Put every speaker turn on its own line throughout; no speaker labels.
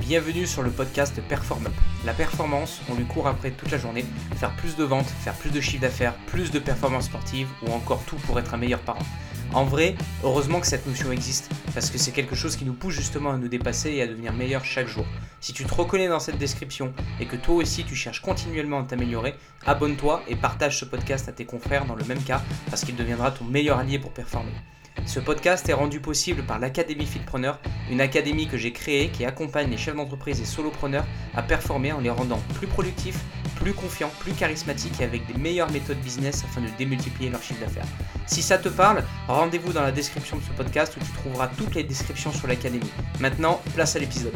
Bienvenue sur le podcast Perform Up. La performance, on lui court après toute la journée, faire plus de ventes, faire plus de chiffre d'affaires, plus de performances sportives ou encore tout pour être un meilleur parent. En vrai, heureusement que cette notion existe, parce que c'est quelque chose qui nous pousse justement à nous dépasser et à devenir meilleur chaque jour. Si tu te reconnais dans cette description et que toi aussi tu cherches continuellement à t'améliorer, abonne-toi et partage ce podcast à tes confrères dans le même cas, parce qu'il deviendra ton meilleur allié pour performer. Ce podcast est rendu possible par l'Académie Fitpreneur, une académie que j'ai créée qui accompagne les chefs d'entreprise et solopreneurs à performer en les rendant plus productifs, plus confiants, plus charismatiques et avec des meilleures méthodes business afin de démultiplier leur chiffre d'affaires. Si ça te parle, rendez-vous dans la description de ce podcast où tu trouveras toutes les descriptions sur l'académie. Maintenant, place à l'épisode.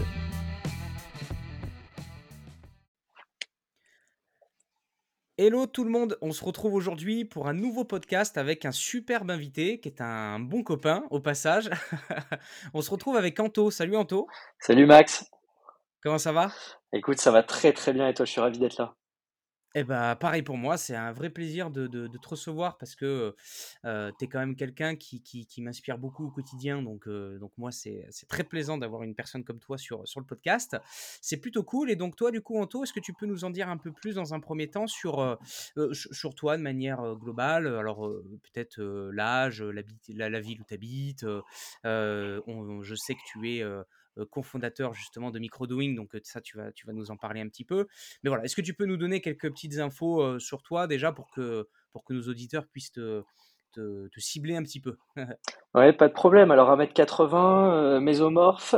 Hello tout le monde, on se retrouve aujourd'hui pour un nouveau podcast avec un superbe invité qui est un bon copain au passage. On se retrouve avec Anto. Salut Anto,
Salut Max,
comment ça va?
écoute, ça va très très bien et toi, je suis ravi d'être là.
Eh ben, pareil pour moi, c'est un vrai plaisir de te recevoir parce que tu es quand même quelqu'un qui m'inspire beaucoup au quotidien. Donc moi, c'est très plaisant d'avoir une personne comme toi sur le podcast. C'est plutôt cool. Et donc toi, du coup, Anto, est-ce que tu peux nous en dire un peu plus dans un premier temps sur toi de manière globale? Alors peut-être l'âge, la ville où tu habites. Je sais que tu es cofondateur justement de Microdoing, donc ça, tu vas nous en parler un petit peu. Mais voilà, est-ce que tu peux nous donner quelques petites infos sur toi déjà pour que nos auditeurs puissent te cibler un petit peu?
Ouais, pas de problème. Alors 1m80, mésomorphe,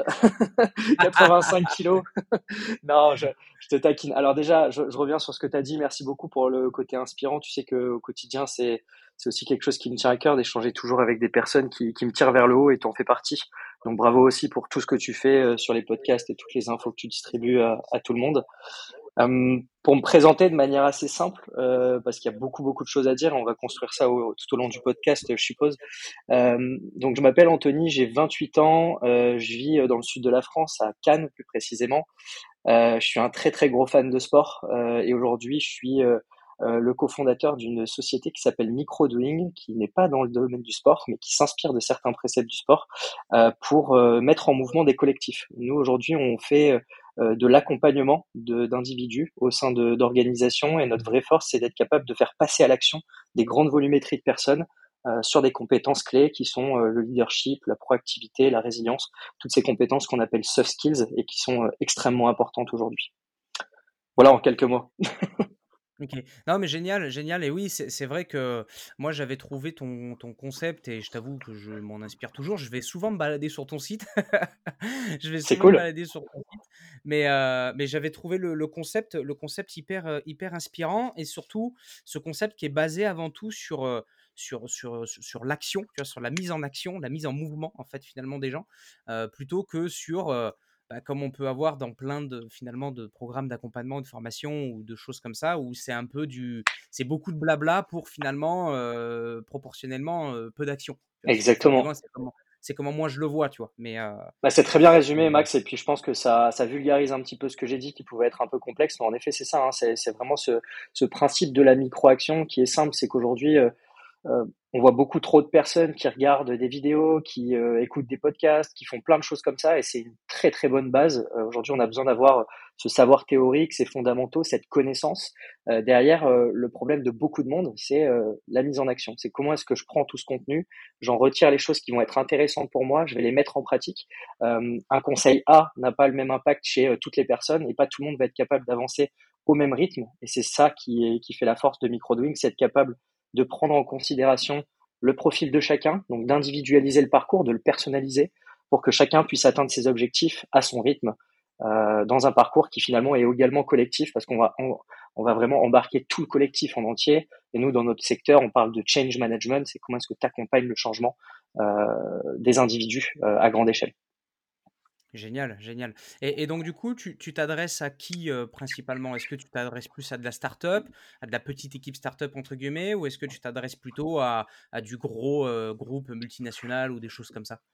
85 kilos. Non, je te taquine. Alors déjà, je reviens sur ce que tu as dit. Merci beaucoup pour le côté inspirant. Tu sais que au quotidien, c'est aussi quelque chose qui me tient à cœur d'échanger toujours avec des personnes qui me tirent vers le haut et tu en fais partie. Donc bravo aussi pour tout ce que tu fais sur les podcasts et toutes les infos que tu distribues à tout le monde. Pour me présenter de manière assez simple, parce qu'il y a beaucoup de choses à dire, on va construire ça tout au long du podcast, je suppose. Donc je m'appelle Anthony, j'ai 28 ans, je vis dans le sud de la France, à Cannes plus précisément. Je suis un très très gros fan de sport et aujourd'hui je suis le cofondateur d'une société qui s'appelle Microdoing, qui n'est pas dans le domaine du sport, mais qui s'inspire de certains préceptes du sport pour mettre en mouvement des collectifs. Nous aujourd'hui on fait de l'accompagnement d'individus au sein d'organisations et notre vraie force c'est d'être capable de faire passer à l'action des grandes volumétries de personnes sur des compétences clés qui sont le leadership, la proactivité, la résilience, toutes ces compétences qu'on appelle soft skills et qui sont extrêmement importantes aujourd'hui. Voilà en quelques mots.
Ok. Non, mais génial, génial. Et oui, c'est vrai que moi, j'avais trouvé ton concept et je t'avoue que je m'en inspire toujours. Je vais souvent me balader sur ton site. Je vais
C'est
souvent me
cool.
balader sur ton site. Mais j'avais trouvé le concept hyper inspirant et surtout ce concept qui est basé avant tout sur l'action, tu vois, sur la mise en action, la mise en mouvement, en fait, finalement, des gens, plutôt que sur comme on peut avoir dans plein finalement de programmes d'accompagnement, de formation ou de choses comme ça, où c'est beaucoup de blabla pour finalement proportionnellement peu d'action. Tu vois, du
Exactement.
moins c'est comment moi je le vois, tu vois.
Bah, c'est très bien résumé,
Mais,
Max, et puis je pense que ça vulgarise un petit peu ce que j'ai dit qui pouvait être un peu complexe, mais en effet, c'est ça, hein, c'est vraiment ce principe de la micro-action qui est simple, c'est qu'aujourd'hui, on voit beaucoup trop de personnes qui regardent des vidéos, qui écoutent des podcasts, qui font plein de choses comme ça, et c'est une très très bonne base. Aujourd'hui, on a besoin d'avoir ce savoir théorique, ces fondamentaux, cette connaissance. Derrière, le problème de beaucoup de monde, c'est la mise en action. C'est comment est-ce que je prends tout ce contenu, j'en retire les choses qui vont être intéressantes pour moi, je vais les mettre en pratique. Un conseil A n'a pas le même impact chez toutes les personnes, et pas tout le monde va être capable d'avancer au même rythme. Et c'est ça qui fait la force de Microdoing, c'est être capable de prendre en considération le profil de chacun, donc d'individualiser le parcours, de le personnaliser pour que chacun puisse atteindre ses objectifs à son rythme dans un parcours qui finalement est également collectif parce qu'on va vraiment embarquer tout le collectif en entier. Et nous, dans notre secteur, on parle de change management, c'est comment est-ce que tu accompagnes le changement des individus à grande échelle.
génial, génial. Et donc, du coup, tu t'adresses à qui principalement? Est-ce que tu t'adresses plus à de la start-up, à de la petite équipe start-up, entre guillemets, ou est-ce que tu t'adresses plutôt à du gros groupe multinational ou des choses comme ça?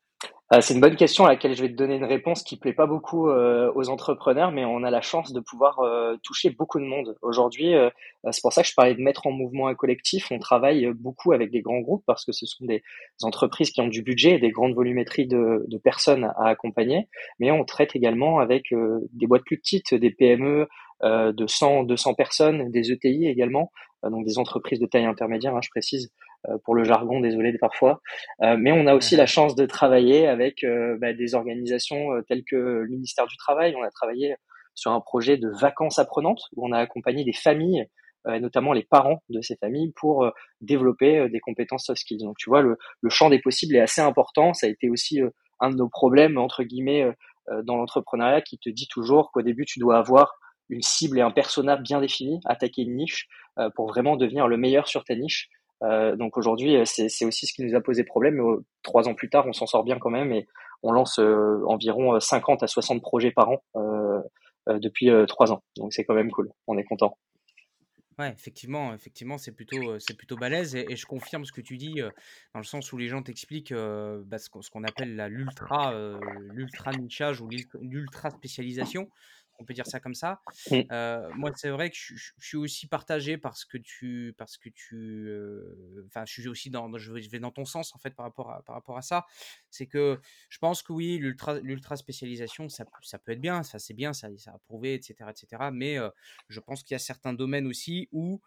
C'est une bonne question à laquelle je vais te donner une réponse qui plaît pas beaucoup aux entrepreneurs, mais on a la chance de pouvoir toucher beaucoup de monde. Aujourd'hui, c'est pour ça que je parlais de mettre en mouvement un collectif. On travaille beaucoup avec des grands groupes parce que ce sont des entreprises qui ont du budget et des grandes volumétries de personnes à accompagner, mais on traite également avec des boîtes plus petites, des PME de 100, 200 personnes, des ETI également, donc des entreprises de taille intermédiaire, hein, je précise, pour le jargon, désolé parfois. Mais on a aussi la chance de travailler avec des organisations telles que le ministère du Travail. On a travaillé sur un projet de vacances apprenantes où on a accompagné des familles, et notamment les parents de ces familles, pour développer des compétences soft skills. Donc tu vois, le champ des possibles est assez important. Ça a été aussi un de nos problèmes, entre guillemets, dans l'entrepreneuriat, qui te dit toujours qu'au début, tu dois avoir une cible et un persona bien défini, attaquer une niche pour vraiment devenir le meilleur sur ta niche. Donc aujourd'hui, c'est aussi ce qui nous a posé problème. Mais 3 ans plus tard, on s'en sort bien quand même et on lance environ 50 à 60 projets par an depuis 3 ans. Donc c'est quand même cool. On est content.
Ouais, effectivement, c'est plutôt balèze et je confirme ce que tu dis, dans le sens où les gens t'expliquent, ce qu'on appelle l'ultra nichage ou l'ultra spécialisation, on peut dire ça comme ça.
Mm.
Moi, c'est vrai que je suis aussi partagé enfin, je suis aussi je vais dans ton sens, en fait, par rapport à ça. C'est que je pense que oui, l'ultra spécialisation, ça peut être bien, ça, c'est bien, ça a prouvé et cetera, mais je pense qu'il y a certains domaines aussi où,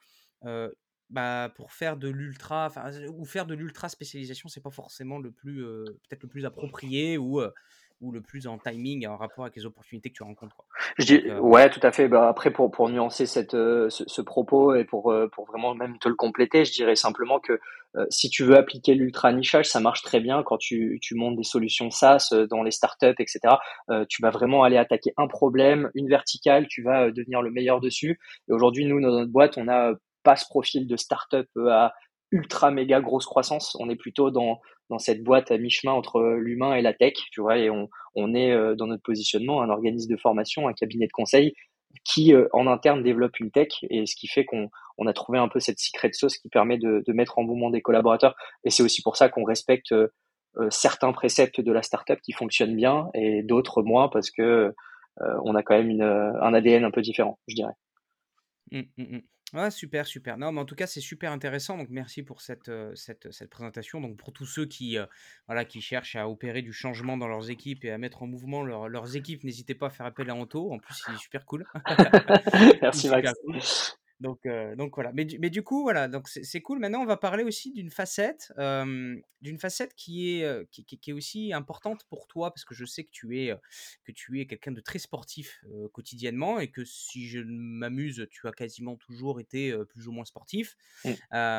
pour faire de l'ultra, enfin, ou faire de l'ultra spécialisation, c'est pas forcément peut-être le plus approprié ou le plus en timing, en rapport avec les opportunités que tu rencontres, quoi.
Je
Donc,
dis, ouais, tout à fait. Bah, après, pour nuancer ce propos et pour vraiment même te le compléter, je dirais simplement que si tu veux appliquer l'ultra nichage, ça marche très bien quand tu montes des solutions SaaS dans les startups, etc. Tu vas vraiment aller attaquer un problème, une verticale, tu vas devenir le meilleur dessus. Et aujourd'hui, nous, dans notre boîte, on n'a pas ce profil de startup à ultra méga grosse croissance. On est plutôt dans cette boîte à mi-chemin entre l'humain et la tech, tu vois, et on est dans notre positionnement un organisme de formation, un cabinet de conseil qui en interne développe une tech et ce qui fait qu'on a trouvé un peu cette secret sauce qui permet de mettre en mouvement des collaborateurs et c'est aussi pour ça qu'on respecte certains préceptes de la startup qui fonctionnent bien et d'autres moins parce que on a quand même un ADN un peu différent, je dirais.
mmh, mmh mh. Ouais, super, super. Non, mais en tout cas, c'est super intéressant. Donc, merci pour cette présentation. Donc, pour tous ceux voilà, qui cherchent à opérer du changement dans leurs équipes et à mettre en mouvement leurs équipes, n'hésitez pas à faire appel à Anto. En plus, il est super cool. Il est
Merci
super
Max.
cool. Donc voilà. Mais du coup, voilà. Donc c'est cool. Maintenant, on va parler aussi d'une facette qui est aussi importante pour toi, parce que je sais que tu es quelqu'un de très sportif quotidiennement, et que, si je ne m'amuse, tu as quasiment toujours été plus ou moins sportif.
Mm.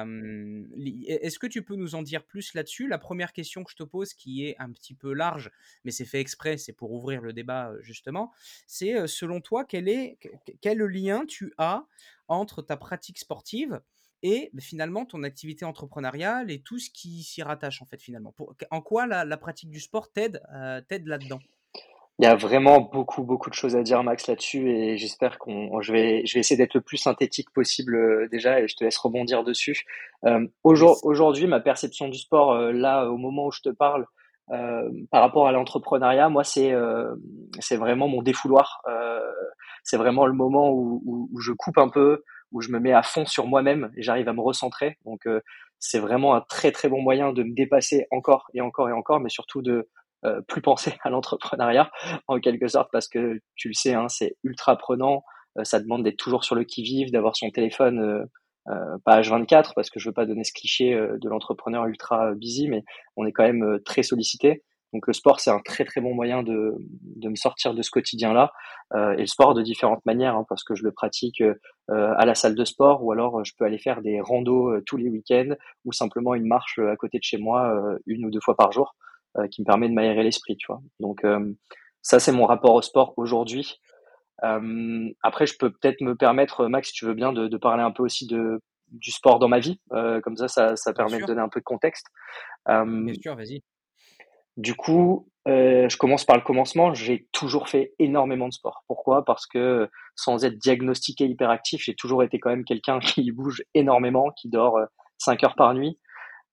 Est-ce que tu peux nous en dire plus là-dessus? La première question que je te pose, qui est un petit peu large, mais c'est fait exprès, c'est pour ouvrir le débat, justement, c'est, selon toi, quel lien tu as entre ta pratique sportive et finalement ton activité entrepreneuriale et tout ce qui s'y rattache, en fait, finalement. En quoi la pratique du sport t'aide là-dedans?
Il y a vraiment beaucoup, beaucoup de choses à dire, Max, là-dessus, et j'espère je vais essayer d'être le plus synthétique possible déjà, et je te laisse rebondir dessus.
Yes.
Aujourd'hui, ma perception du sport, là, au moment où je te parle, par rapport à l'entrepreneuriat, moi, c'est vraiment mon défouloir. C'est vraiment le moment où je coupe un peu, où je me mets à fond sur moi-même et j'arrive à me recentrer. Donc, c'est vraiment un très, très bon moyen de me dépasser encore et encore et encore, mais surtout de plus penser à l'entrepreneuriat en quelque sorte parce que tu le sais, hein, c'est ultra prenant. Ça demande d'être toujours sur le qui-vive, d'avoir son téléphone pas H24 parce que je veux pas donner ce cliché de l'entrepreneur ultra busy, mais on est quand même très sollicité. Donc le sport, c'est un très très bon moyen de me sortir de ce quotidien-là. Et le sport de différentes manières, hein, parce que je le pratique à la salle de sport ou alors je peux aller faire des randos tous les week-ends ou simplement une marche à côté de chez moi 1 ou 2 fois par jour qui me permet de m'aérer l'esprit, tu vois. Donc ça, c'est mon rapport au sport aujourd'hui. Après, je peux peut-être me permettre, Max, si tu veux bien, de parler un peu aussi du sport dans ma vie. Comme ça
Bien
permet de
sûr,
donner un peu de contexte. Euh,
bien sûr, vas-y.
du coup, je commence par le commencement. J'ai toujours fait énormément de sport. Pourquoi? Parce que sans être diagnostiqué hyperactif, j'ai toujours été quand même quelqu'un qui bouge énormément, qui dort 5 heures par nuit.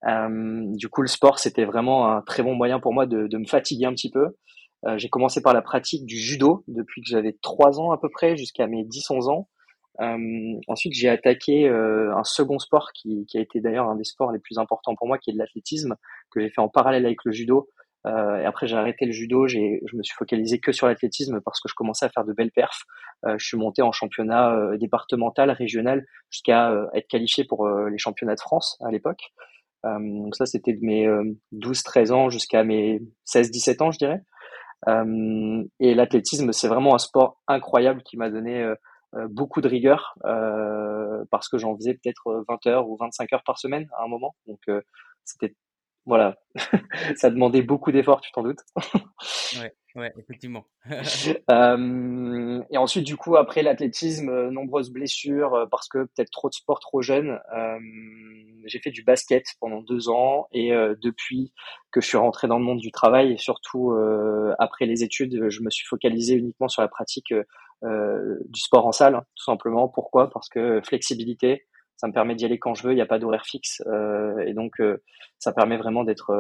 Du coup, le sport, c'était vraiment un très bon moyen pour moi de me fatiguer un petit peu. J'ai commencé par la pratique du judo depuis que j'avais 3 ans à peu près jusqu'à mes 10-11 ans. Ensuite, j'ai attaqué un second sport qui a été d'ailleurs un des sports les plus importants pour moi, qui est de l'athlétisme, que j'ai fait en parallèle avec le judo. Et après, j'ai arrêté le judo, je me suis focalisé que sur l'athlétisme parce que je commençais à faire de belles perfs. Je suis monté en championnat départemental, régional, jusqu'à être qualifié pour les championnats de France à l'époque. Donc ça, c'était de mes 12-13 ans jusqu'à mes 16-17 ans, je dirais. Et l'athlétisme, c'est vraiment un sport incroyable qui m'a donné beaucoup de rigueur parce que j'en faisais peut-être 20 heures ou 25 heures par semaine à un moment. Donc c'était voilà, ça demandait beaucoup d'efforts, tu t'en doutes.
Ouais, ouais, effectivement.
Et ensuite, du coup, après l'athlétisme, nombreuses blessures parce que peut-être trop de sport trop jeune. J'ai fait du basket pendant 2 ans et depuis que je suis rentré dans le monde du travail et surtout après les études, je me suis focalisé uniquement sur la pratique du sport en salle, hein, tout simplement. Pourquoi? Parce que flexibilité, ça me permet d'y aller quand je veux, il n'y a pas d'horaire fixe et donc ça permet vraiment d'être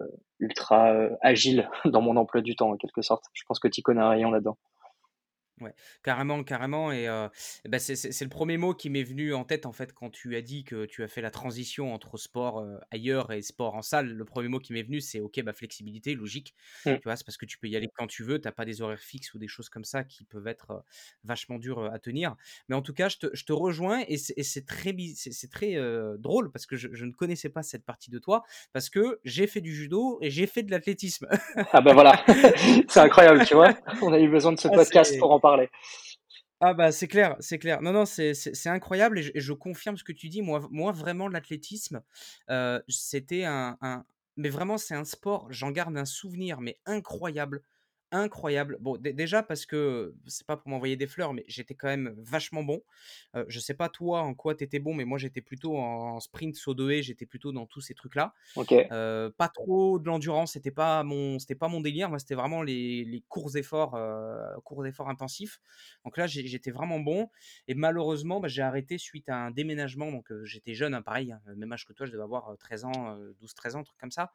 ultra agile dans mon emploi du temps en quelque sorte. Je pense que tu connais un rayon là-dedans.
Ouais, carrément, carrément. Et bah, c'est le premier mot qui m'est venu en tête en fait quand tu as dit que tu as fait la transition entre sport ailleurs et sport en salle. Le premier mot qui m'est venu, c'est ok, bah flexibilité, logique.
Mm.
Tu vois, c'est parce que tu peux y aller quand tu veux. T'as pas des horaires fixes ou des choses comme ça qui peuvent être vachement dures à tenir. Mais en tout cas, je te rejoins et c'est c'est très drôle parce que je ne connaissais pas cette partie de toi parce que j'ai fait du judo et j'ai fait de l'athlétisme.
Ah ben voilà, c'est incroyable, tu vois. On a eu besoin de ce
Ah,
podcast pour en parler.
Ah bah, c'est clair, c'est clair. Non, non, c'est incroyable et je confirme ce que tu dis. Moi vraiment l'athlétisme, c'était mais vraiment c'est un sport, j'en garde un souvenir, mais incroyable, incroyable. Bon, déjà parce que, c'est pas pour m'envoyer des fleurs, mais j'étais quand même vachement bon. Je sais pas toi en quoi tu étais bon, mais moi j'étais plutôt en sprint, saut de haie, j'étais plutôt dans tous ces trucs-là.
Ok,
Pas trop de l'endurance, c'était pas mon délire. Moi, c'était vraiment les courts efforts intensifs. Donc là, j'étais vraiment bon et malheureusement, bah, j'ai arrêté suite à un déménagement. Donc j'étais jeune, hein, pareil, hein, même âge que toi, je devais avoir 13 ans, 12-13 ans, un truc comme ça.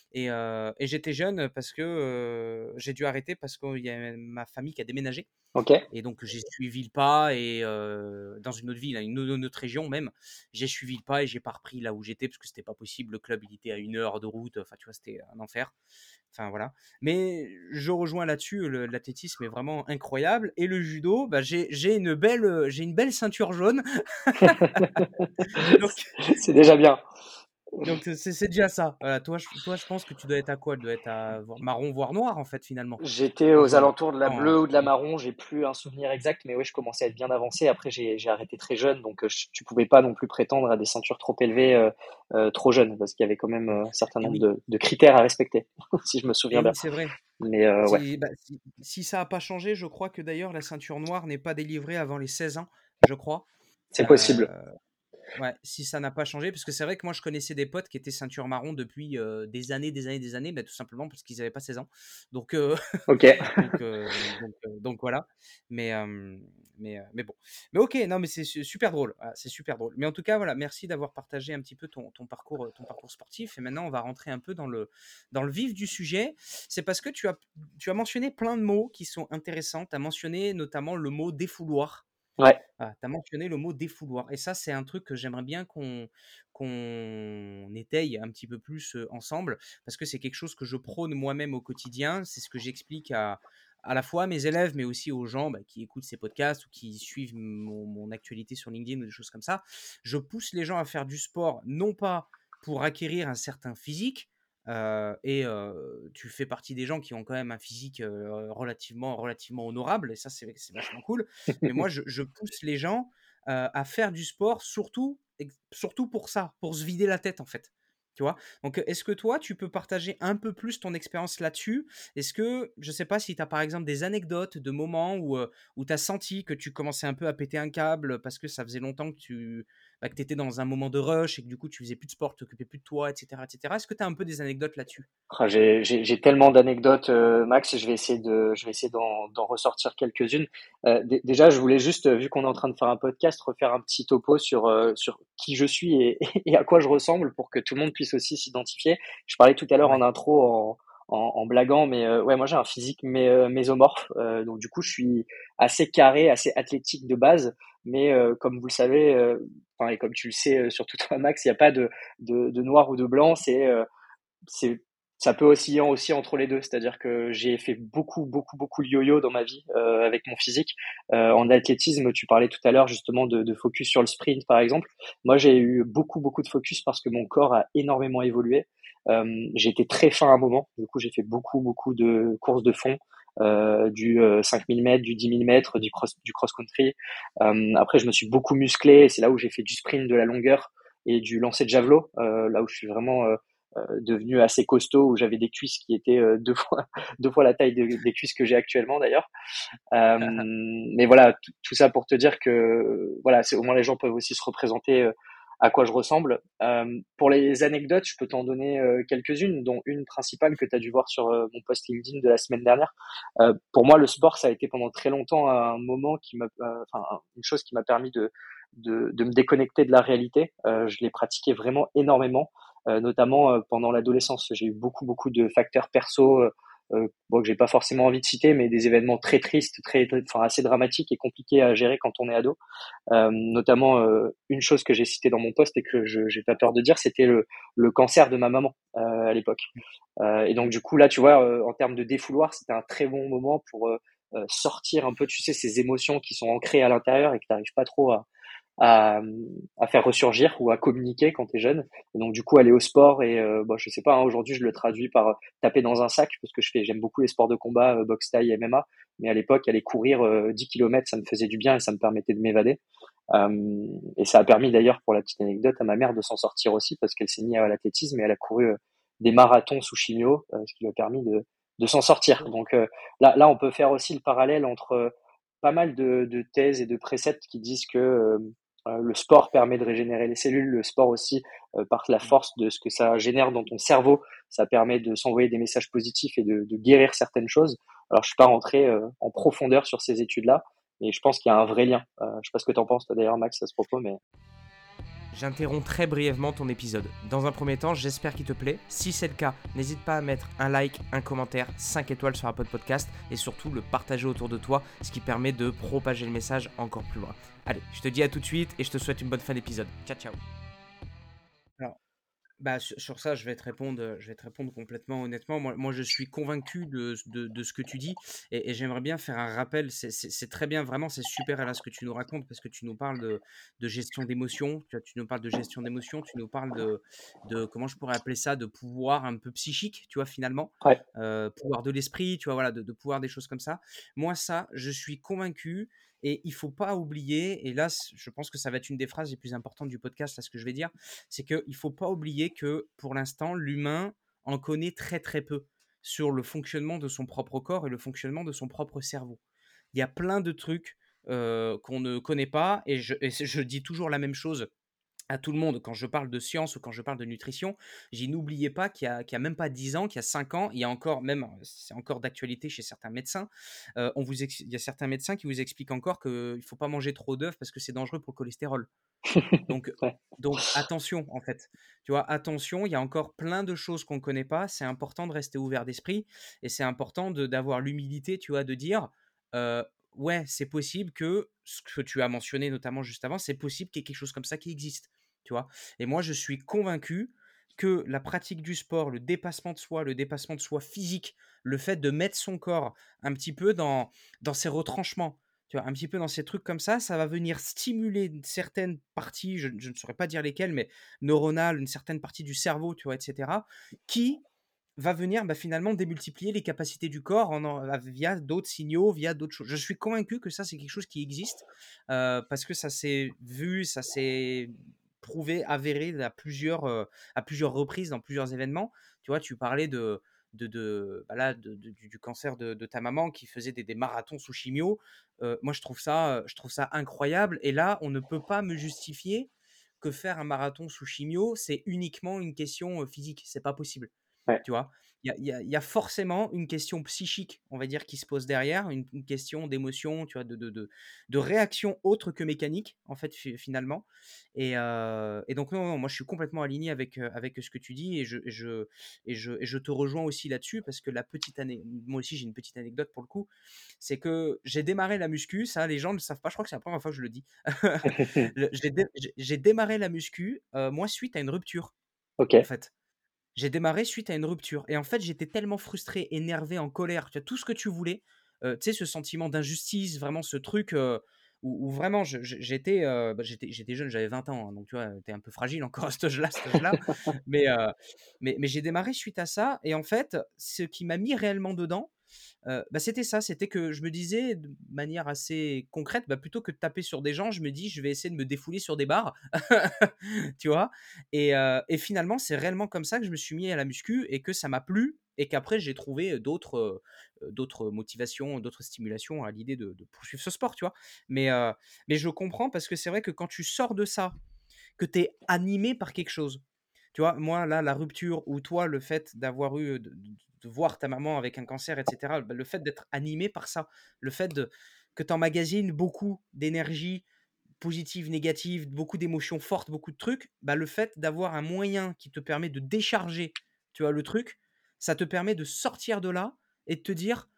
Et j'étais jeune parce que j'ai dû arrêter parce qu'il y a ma famille qui a déménagé.
ok,
Et donc j'ai suivi le pas et dans une autre ville, hein, une autre région même, j'ai suivi le pas et j'ai pas repris là où j'étais parce que c'était pas possible. Le club il était à 1 heure de route, enfin tu vois c'était un enfer. Enfin voilà. Mais je rejoins là-dessus, l'athlétisme est vraiment incroyable et le judo, bah, j'ai une belle ceinture jaune. Donc
c'est déjà bien.
donc c'est déjà ça. Voilà, toi je pense que tu dois être à quoi? Tu dois être à marron voire noir en fait finalement
J'étais
en
aux
jaune.
alentours de la
En-
bleue ou de la marron, j'ai plus un souvenir exact, mais oui, je commençais à être bien avancé. Après, j'ai arrêté très jeune, donc tu pouvais pas non plus prétendre à des ceintures trop élevées trop jeunes, parce qu'il y avait quand même un certain
Et
nombre
oui,
de critères à respecter, si je me souviens
et
bien.
oui, c'est vrai.
Mais ouais,
Si ça n'a pas changé, je crois que d'ailleurs la ceinture noire n'est pas délivrée avant les 16 ans, je crois.
c'est possible.
Euh, ouais, si ça n'a pas changé, parce que c'est vrai que moi je connaissais des potes qui étaient ceinture marron depuis des années, des années, des années, bah, tout simplement parce qu'ils n'avaient pas 16 ans. Donc,
Ok.
donc voilà. Mais, mais bon. Mais ok, non, mais c'est super drôle. Ah, c'est super drôle. Mais en tout cas, voilà, merci d'avoir partagé un petit peu ton parcours sportif. Et maintenant, on va rentrer un peu dans le vif du sujet. C'est parce que tu as mentionné plein de mots qui sont intéressants. Tu as mentionné notamment le mot défouloir.
Ouais.
Ah, tu as mentionné le mot défouloir. Et ça, c'est un truc que j'aimerais bien qu'on étaye un petit peu plus ensemble, parce que c'est quelque chose que je prône moi-même au quotidien. C'est ce que j'explique à la fois à mes élèves, mais aussi aux gens bah, qui écoutent ces podcasts ou qui suivent mon actualité sur LinkedIn ou des choses comme ça. Je pousse les gens à faire du sport, non pas pour acquérir un certain physique, et tu fais partie des gens qui ont quand même un physique relativement honorable, et ça, c'est vachement cool. Mais moi, je pousse les gens à faire du sport, surtout pour ça, pour se vider la tête, en fait. Tu vois? Donc, est-ce que toi, tu peux partager un peu plus ton expérience là-dessus? Est-ce que, je sais pas si tu as par exemple des anecdotes de moments où tu as senti que tu commençais un peu à péter un câble parce que ça faisait longtemps que que tu étais dans un moment de rush et que du coup tu faisais plus de sport, tu t'occupais plus de toi, etc., etc. Est-ce que tu as un peu des anecdotes là-dessus?
J'ai tellement d'anecdotes, Max. Je vais essayer d'en ressortir quelques-unes. Déjà, je voulais juste, vu qu'on est en train de faire un podcast, refaire un petit topo sur qui je suis et, et à quoi je ressemble pour que tout le monde puisse aussi s'identifier. Je parlais tout à l'heure en
Ouais.
intro en blaguant, mais ouais, moi j'ai un physique mésomorphe. Donc du coup, je suis assez carré, assez athlétique de base. Mais comme vous le savez, enfin, et comme tu le sais, surtout toi, Max, il n'y a pas de noir ou de blanc. C'est ça peut osciller aussi entre les deux, c'est-à-dire que j'ai fait beaucoup de yo-yo dans ma vie avec mon physique. En athlétisme, tu parlais tout à l'heure justement de focus sur le sprint par exemple. Moi, j'ai eu beaucoup de focus parce que mon corps a énormément évolué. J'ai été très fin à un moment, du coup j'ai fait beaucoup de courses de fond, du 5000 mètres, du 10 000 mètres, du cross-country. Après, je me suis beaucoup musclé, c'est là où j'ai fait du sprint, de la longueur et du lancer de javelot, là où je suis vraiment devenu assez costaud, où j'avais des cuisses qui étaient deux fois la taille des cuisses que j'ai actuellement d'ailleurs. Mais voilà, tout ça pour te dire que voilà, c'est au moins les gens peuvent aussi se représenter à quoi je ressemble. Pour les anecdotes, je peux t'en donner quelques-unes, dont une principale que tu as dû voir sur mon post LinkedIn de la semaine dernière. Pour moi, le sport, ça a été pendant très longtemps un moment enfin, une chose qui m'a permis de me déconnecter de la réalité. Je l'ai pratiqué vraiment énormément, notamment pendant l'adolescence. J'ai eu beaucoup de facteurs perso, bon, que j'ai pas forcément envie de citer, mais des événements très tristes, enfin, assez dramatiques et compliqués à gérer quand on est ado. Notamment, une chose que j'ai citée dans mon post et que j'ai pas peur de dire, c'était le cancer de ma maman à l'époque. Et donc du coup là, tu vois, en termes de défouloir, c'était un très bon moment pour sortir un peu, tu sais, ces émotions qui sont ancrées à l'intérieur et que tu n'arrives pas trop à, à faire ressurgir ou à communiquer quand tu es jeune. Et donc du coup aller au sport et bon, je sais pas, hein, aujourd'hui je le traduis par taper dans un sac parce que j'aime beaucoup les sports de combat, boxe thaï, MMA. Mais à l'époque aller courir 10 km, ça me faisait du bien et ça me permettait de m'évader. Et ça a permis d'ailleurs, pour la petite anecdote, à ma mère de s'en sortir aussi parce qu'elle s'est mise à l'athlétisme et elle a couru des marathons sous chimio, ce qui lui a permis de s'en sortir. Donc là, on peut faire aussi le parallèle entre pas mal de thèses et de préceptes qui disent que le sport permet de régénérer les cellules, le sport aussi, par la force de ce que ça génère dans ton cerveau, ça permet de s'envoyer des messages positifs et de guérir certaines choses. Alors je suis pas rentré en profondeur sur ces études-là, mais je pense qu'il y a un vrai lien. Je sais pas ce que tu en penses toi d'ailleurs, Max, à ce propos, mais
J'interromps très brièvement ton épisode. Dans un premier temps, j'espère qu'il te plaît. Si c'est le cas, n'hésite pas à mettre un like, un commentaire, 5 étoiles sur Apple Podcast et surtout le partager autour de toi, ce qui permet de propager le message encore plus loin. Allez, je te dis à tout de suite et je te souhaite une bonne fin d'épisode. Ciao, ciao. Alors, sur ça, je vais te répondre complètement honnêtement. Moi, je suis convaincu de ce que tu dis et j'aimerais bien faire un rappel. C'est très bien, vraiment, c'est super Alain, ce que tu nous racontes parce que tu nous parles de gestion d'émotions. Tu nous parles de gestion d'émotions, tu nous parles comment je pourrais appeler ça, de pouvoir un peu psychique, tu vois, finalement,
ouais.
pouvoir de l'esprit, tu vois, voilà, de pouvoir des choses comme ça. Moi, ça, je suis convaincu. Et il faut pas oublier, et là, je pense que ça va être une des phrases les plus importantes du podcast, là, ce que je vais dire, c'est qu'il ne faut pas oublier que pour l'instant, l'humain en connaît très peu sur le fonctionnement de son propre corps et le fonctionnement de son propre cerveau. Il y a plein de trucs qu'on ne connaît pas et je dis toujours la même chose à tout le monde quand je parle de science ou quand je parle de nutrition. J'ai n'oubliez pas qu'il y a même pas 10 ans, qu'il y a 5 ans, il y a encore même, c'est encore d'actualité chez certains médecins, il y a certains médecins qui vous expliquent encore qu'il ne faut pas manger trop d'œufs parce que c'est dangereux pour le cholestérol. Donc,
Ouais.
donc attention, en fait. Tu vois, attention, il y a encore plein de choses qu'on ne connaît pas. C'est important de rester ouvert d'esprit et c'est important d'avoir l'humilité, tu vois, de dire, ouais, c'est possible que ce que tu as mentionné notamment juste avant, c'est possible qu'il y ait quelque chose comme ça qui existe, tu vois. Et moi, je suis convaincu que la pratique du sport, le dépassement de soi physique, le fait de mettre son corps un petit peu dans ses retranchements, tu vois, un petit peu dans ces trucs comme ça va venir stimuler une certaine partie, je ne saurais pas dire lesquelles, mais neuronale, une certaine partie du cerveau, tu vois, etc., qui va venir finalement démultiplier les capacités du corps via d'autres signaux, via d'autres choses. Je suis convaincu que ça, c'est quelque chose qui existe parce que ça s'est vu, ça s'est prouvé, avéré à plusieurs reprises dans plusieurs événements. Tu vois, tu parlais du cancer de ta maman qui faisait des marathons sous chimio. Moi, je trouve ça incroyable. Et là, on ne peut pas me justifier que faire un marathon sous chimio, c'est uniquement une question physique. C'est pas possible.
Ouais.
Tu vois? Il y a forcément une question psychique, on va dire, qui se pose derrière, une question d'émotion, tu vois, de réaction autre que mécanique, en fait, finalement. Et donc, non, non, moi, je suis complètement aligné avec ce que tu dis et je te rejoins aussi là-dessus parce que moi aussi, j'ai une petite anecdote pour le coup. C'est que j'ai démarré la muscu, ça, les gens ne le savent pas, je crois que c'est la première fois que je le dis. J'ai démarré la muscu, moi, suite à une rupture, en
Ok.
fait. J'ai démarré suite à une rupture et en fait, j'étais tellement frustré, énervé, en colère, tu vois? Tout ce que tu voulais, tu sais, ce sentiment d'injustice, vraiment ce truc, où vraiment j'étais, j'étais jeune, j'avais 20 ans, hein, donc tu vois, tu un peu fragile encore à cet âge-là, mais mais j'ai démarré suite à ça et en fait, ce qui m'a mis réellement dedans, c'était ça, c'était que je me disais de manière assez concrète, plutôt que de taper sur des gens, je me dis: «Je vais essayer de me défouler sur des barres». Tu vois? Et finalement, c'est réellement comme ça que je me suis mis à la muscu et que ça m'a plu et qu'après j'ai trouvé, d'autres motivations, d'autres stimulations à l'idée de poursuivre ce sport, tu vois? Mais je comprends parce que c'est vrai que quand tu sors de ça, que tu es animé par quelque chose. Tu vois, moi, là, la rupture ou toi, le fait d'avoir eu, de voir ta maman avec un cancer, et cetera, le fait d'être animé par ça, le fait que tu emmagasines beaucoup d'énergie positive, négative, beaucoup d'émotions fortes, beaucoup de trucs, le fait d'avoir un moyen qui te permet de décharger, tu vois, le truc, ça te permet de sortir de là et de te dire: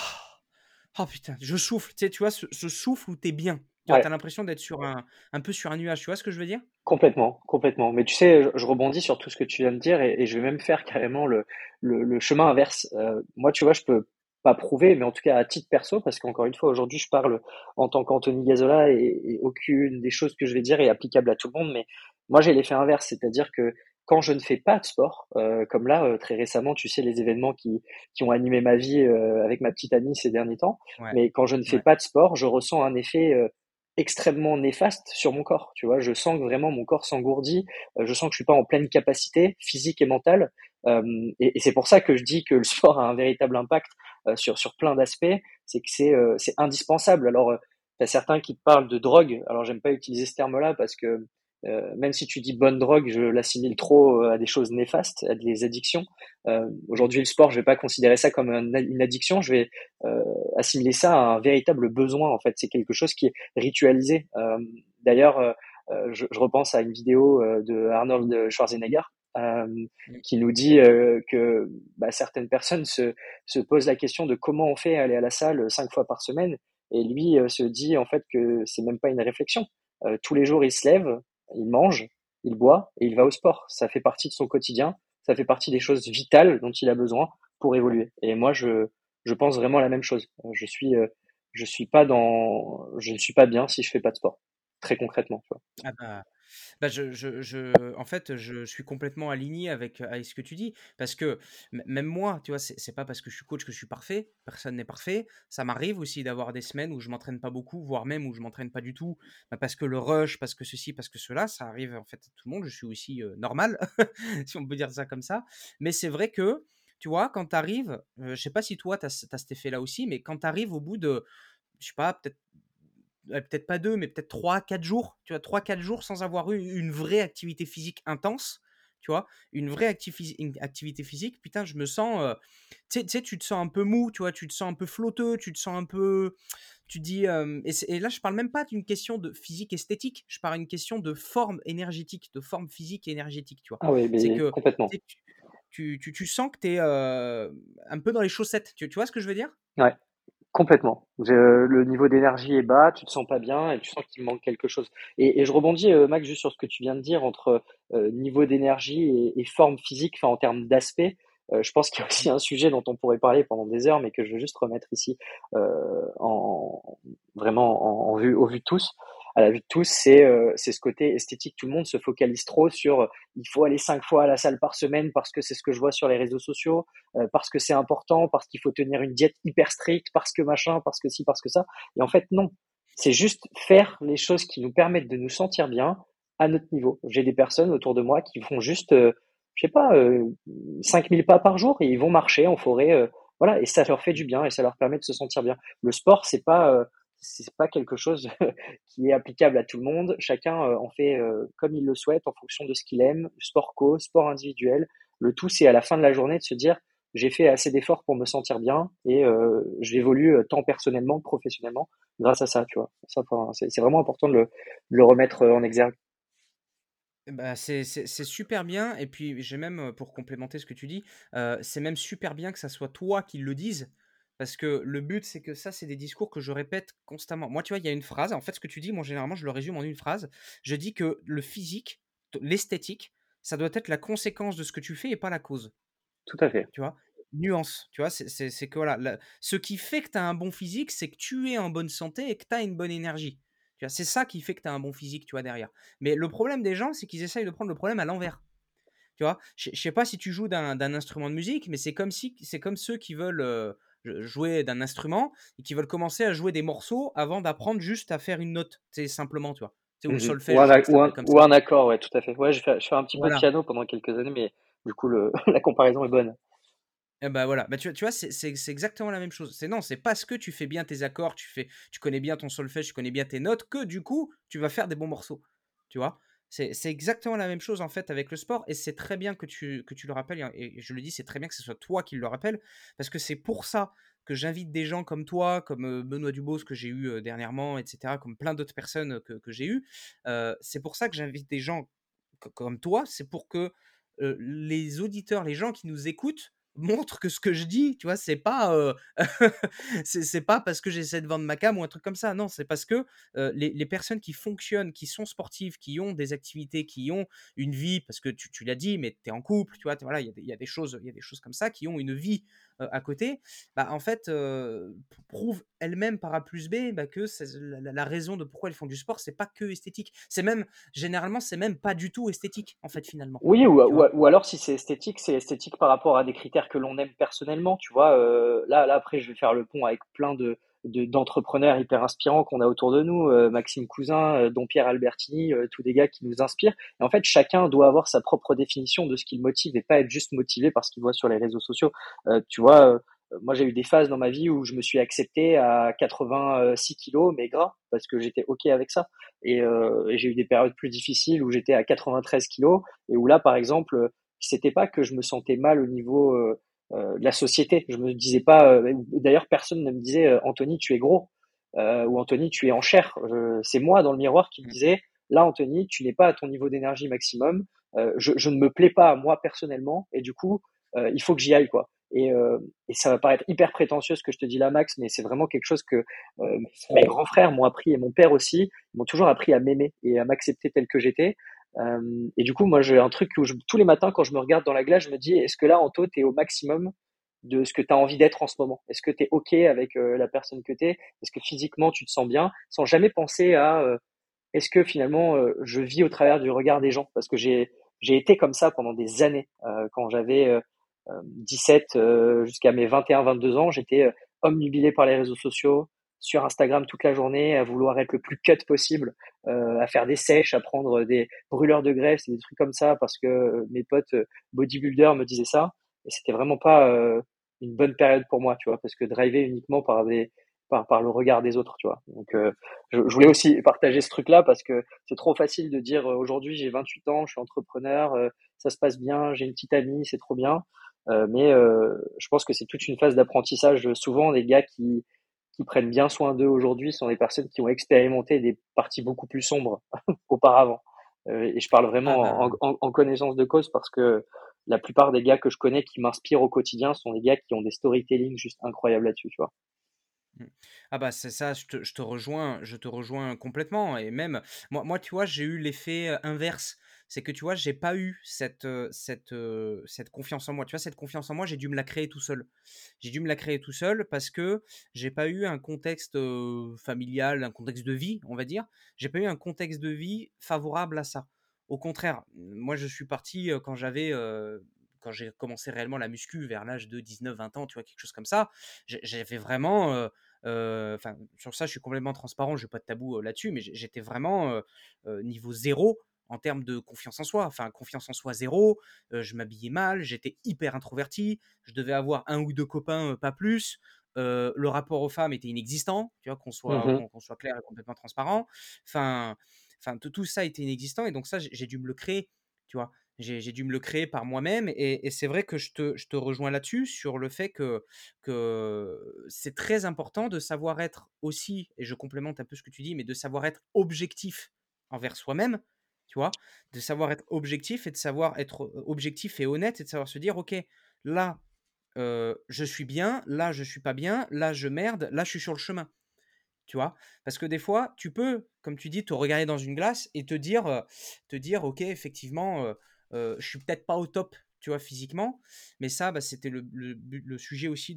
«Oh putain, je souffle», tu vois, ce souffle où tu es bien. Tu vois, tu
Ouais.
as l'impression d'être sur un peu sur un nuage, tu vois ce que je veux dire?
Complètement, complètement. Mais tu sais, je rebondis sur tout ce que tu viens de dire et je vais même faire carrément le chemin inverse. Moi, tu vois, je peux pas prouver, mais en tout cas à titre perso, parce qu'encore une fois, aujourd'hui, je parle en tant qu'Anthony Gazzola et aucune des choses que je vais dire est applicable à tout le monde. Mais moi, j'ai l'effet inverse, c'est-à-dire que quand je ne fais pas de sport, comme là, très récemment, tu sais, les événements qui ont animé ma vie avec ma petite amie ces derniers temps,
Ouais,
mais quand je ne fais
ouais.
pas de sport, je ressens un effet extrêmement néfaste sur mon corps. Tu vois, je sens que vraiment mon corps s'engourdit, je sens que je suis pas en pleine capacité physique et mentale. Euh, et c'est pour ça que je dis que le sport a un véritable impact sur plein d'aspects. C'est que c'est indispensable. Alors, t'as certains qui te parlent de drogue. Alors, j'aime pas utiliser ce terme-là parce que même si tu dis bonne drogue, je l'assimile trop à des choses néfastes, à des addictions. Aujourd'hui, le sport, je vais pas considérer ça comme une addiction. Je vais assimiler ça à un véritable besoin. En fait, c'est quelque chose qui est ritualisé. D'ailleurs, je repense à une vidéo de Arnold Schwarzenegger euh,
Mmh.
qui nous dit que certaines personnes se posent la question de comment on fait aller à la salle 5 fois par semaine. Et lui se dit en fait que c'est même pas une réflexion. Tous les jours, il se lève, il mange, il boit et il va au sport. Ça fait partie de son quotidien. Ça fait partie des choses vitales dont il a besoin pour évoluer. Et moi, je pense vraiment la même chose. Je ne suis pas bien si je fais pas de sport. Très concrètement, tu vois.
Ah en fait, je suis complètement aligné avec ce que tu dis parce que même moi, tu vois, c'est pas parce que je suis coach que je suis parfait. Personne n'est parfait. Ça m'arrive aussi d'avoir des semaines où je m'entraîne pas beaucoup, voire même où je m'entraîne pas du tout, parce que le rush, parce que ceci, parce que cela, ça arrive en fait à tout le monde. Je suis aussi normal, si on peut dire ça comme ça. Mais c'est vrai que, tu vois, quand tu arrives, je sais pas si toi, tu as cet effet-là aussi, mais quand tu arrives au bout de, je sais pas, peut-être pas 2, mais peut-être 3, 4 jours, tu vois? 3, 4 jours sans avoir eu une vraie activité physique intense, tu vois? Une activité physique, putain, je me sens, tu sais, tu te sens un peu mou, tu vois? Tu te sens un peu flotteux, tu te sens un peu tu dis, et là, je parle même pas d'une question de physique esthétique, je parle d'une question de forme énergétique, de forme physique et énergétique, tu vois?
Ah oui,
C'est
mais
que,
complètement.
tu sais, tu sens que tu es, un peu dans les chaussettes, tu vois ce que je veux dire?
Ouais. Complètement. Le niveau d'énergie est bas, tu te sens pas bien et tu sens qu'il manque quelque chose. Et je rebondis, Max, juste sur ce que tu viens de dire entre niveau d'énergie et forme physique, enfin en termes d'aspect. Je pense qu'il y a aussi un sujet dont on pourrait parler pendant des heures, mais que je veux juste remettre ici en vraiment au vu de tous. À la vue de tous, c'est ce côté esthétique. Tout le monde se focalise trop sur il faut aller 5 fois à la salle par semaine parce que c'est ce que je vois sur les réseaux sociaux, parce que c'est important, parce qu'il faut tenir une diète hyper stricte, parce que machin, parce que ci, parce que ça. Et en fait, non. C'est juste faire les choses qui nous permettent de nous sentir bien à notre niveau. J'ai des personnes autour de moi qui font juste, je sais pas, 5000 pas par jour et ils vont marcher en forêt, voilà, et ça leur fait du bien et ça leur permet de se sentir bien. Le sport, c'est pas quelque chose qui est applicable à tout le monde. Chacun en fait comme il le souhaite en fonction de ce qu'il aime, sport co, sport individuel. Le tout, c'est à la fin de la journée de se dire j'ai fait assez d'efforts pour me sentir bien et j'évolue tant personnellement que professionnellement grâce à ça, tu vois. Ça, enfin, c'est vraiment important de le remettre en exergue.
Bah, c'est super bien et puis j'ai même, pour complémenter ce que tu dis, c'est même super bien que ça soit toi qui le dise parce que le but, c'est que ça, c'est des discours que je répète constamment. Moi, tu vois, il y a une phrase, en fait, ce que tu dis, moi, généralement, je le résume en une phrase. Je dis que le physique, l'esthétique, ça doit être la conséquence de ce que tu fais et pas la cause.
Tout à fait.
Tu vois? Nuance, tu vois? C'est que voilà, ce qui fait que tu as un bon physique, c'est que tu es en bonne santé et que tu as une bonne énergie. Tu vois? C'est ça qui fait que tu as un bon physique, tu vois, derrière. Mais le problème des gens, c'est qu'ils essayent de prendre le problème à l'envers. Tu vois? Je sais pas si tu joues d'un instrument de musique, mais c'est comme ceux qui veulent, jouer d'un instrument et qui veulent commencer à jouer des morceaux avant d'apprendre juste à faire une note, tu sais, simplement, tu vois? Tu sais, ou le
Mhm.
solfège, je crois que ça s'appelle comme
Ou
ça.
un accord, ouais, tout à fait. Ouais, je fais un petit peu de
Voilà.
piano pendant quelques années, mais du coup, la comparaison est bonne.
Et bah, voilà, bah, tu vois, c'est exactement la même chose. C'est non, c'est parce que tu fais bien tes accords, tu connais bien ton solfège, tu connais bien tes notes que du coup, tu vas faire des bons morceaux, tu vois? C'est exactement la même chose, en fait, avec le sport et c'est très bien que tu le rappelles et je le dis, c'est très bien que ce soit toi qui le rappelle parce que c'est pour ça que j'invite des gens comme toi, comme, Benoît Dubos que j'ai eu, dernièrement et cetera, comme plein d'autres personnes, que j'ai eues. C'est pour ça que j'invite des gens comme toi, c'est pour que, les auditeurs, les gens qui nous écoutent montrent que ce que je dis, tu vois, c'est pas, c'est pas parce que j'essaie de vendre ma cam ou un truc comme ça. Non, c'est parce que, les personnes qui fonctionnent, qui sont sportives, qui ont des activités, qui ont une vie parce que tu l'as dit, mais tu es en couple, tu vois? Voilà, il y a des choses comme ça, qui ont une vie, à côté, bah, en fait, prouvent elles-mêmes par A plus B, bah, que c'est la raison de pourquoi elles font du sport, c'est pas que esthétique. C'est même généralement, c'est même pas du tout esthétique, en fait, finalement.
Oui,
Tu vois?
ou alors si c'est esthétique par rapport à des critères que l'on aime personnellement, tu vois. Là, après, je vais faire le pont avec plein d'entrepreneurs hyper inspirants qu'on a autour de nous, Maxime Cousin, Don Pierre Albertini, tous des gars qui nous inspirent. Et en fait, chacun doit avoir sa propre définition de ce qui le motive et pas être juste motivé par ce qu'il voit sur les réseaux sociaux. Tu vois, moi j'ai eu des phases dans ma vie où je me suis accepté à 86 kilos, mais gras, parce que j'étais OK avec ça. Et j'ai eu des périodes plus difficiles où j'étais à 93 kilos et où là, par exemple, c'était pas que je me sentais mal au niveau de la société. Je me disais pas. D'ailleurs, personne ne me disait Anthony, tu es gros ou Anthony, tu es en chair. C'est moi dans le miroir qui me
Mmh.
disais là, Anthony, tu n'es pas à ton niveau d'énergie maximum. Je ne me plais pas à moi personnellement et du coup, il faut que j'y aille quoi. Et ça va paraître hyper prétentieux ce que je te dis là, Max, mais c'est vraiment quelque chose que mes grands frères m'ont appris et mon père aussi. Ils m'ont toujours appris à m'aimer et à m'accepter tel que j'étais. Et du coup, moi, j'ai un truc où tous les matins, quand je me regarde dans la glace, je me dis, est-ce que là, Anto, t'es au maximum de ce que tu as envie d'être en ce moment? Est-ce que tu es OK avec la personne que tu es? Est-ce que physiquement, tu te sens bien? Sans jamais penser à, est-ce que finalement, je vis au travers du regard des gens? Parce que j'ai été comme ça pendant des années. Quand j'avais 17 jusqu'à mes 21-22 ans, j'étais omnubilé par les réseaux sociaux, sur Instagram toute la journée, à vouloir être le plus cut possible, à faire des sèches, à prendre des brûleurs de graisse et des trucs comme ça parce que mes potes bodybuilders me disaient ça. Et c'était vraiment pas une bonne période pour moi, tu vois, parce que driver uniquement par le regard des autres, tu vois. Donc, je voulais aussi partager ce truc-là parce que c'est trop facile de dire aujourd'hui j'ai 28 ans, je suis entrepreneur, ça se passe bien, j'ai une petite amie, c'est trop bien. Mais je pense que c'est toute une phase d'apprentissage. Souvent, les gars qui prennent bien soin d'eux aujourd'hui sont des personnes qui ont expérimenté des parties beaucoup plus sombres auparavant. Et je parle
Ah
vraiment
bah
en connaissance de cause parce que la plupart des gars que je connais qui m'inspirent au quotidien sont des gars qui ont des storytelling juste incroyables là-dessus, tu vois.
mmh. Ah bah, c'est ça, je te rejoins complètement et même moi, tu vois, j'ai eu l'effet, inverse. C'est que, tu vois, j'ai pas eu cette confiance en moi. Tu vois, cette confiance en moi, j'ai dû me la créer tout seul. J'ai dû me la créer tout seul parce que j'ai pas eu un contexte, familial, un contexte de vie, on va dire. J'ai pas eu un contexte de vie favorable à ça. Au contraire, moi, je suis parti, quand j'ai commencé réellement la muscu vers l'âge de 19-20 ans, tu vois, quelque chose comme ça. J'avais vraiment, enfin, sur ça, je suis complètement transparent, je n'ai pas de tabou là-dessus, mais j'étais vraiment niveau zéro en termes de confiance en soi. Enfin, confiance en soi zéro, je m'habillais mal, j'étais hyper introverti, je devais avoir un ou deux copains, pas plus. le rapport aux femmes était inexistant, tu vois,
Mhm.
qu'on soit clair et complètement transparent. Enfin, tout ça était inexistant et donc ça, j'ai dû me le créer, tu vois. J'ai dû me le créer par moi-même et c'est vrai que je te rejoins là-dessus sur le fait que c'est très important de savoir être aussi, et je complémente un peu ce que tu dis, mais de savoir être objectif envers soi-même, tu vois, de savoir être objectif et de savoir être objectif et honnête et de savoir se dire, ok, là, je suis bien, là, je suis pas bien, là, je merde, là, je suis sur le chemin. Tu vois? Parce que des fois, tu peux, comme tu dis, te regarder dans une glace et te dire: «OK, effectivement, je suis peut-être pas au top», tu vois, physiquement. Mais ça, bah, c'était le sujet aussi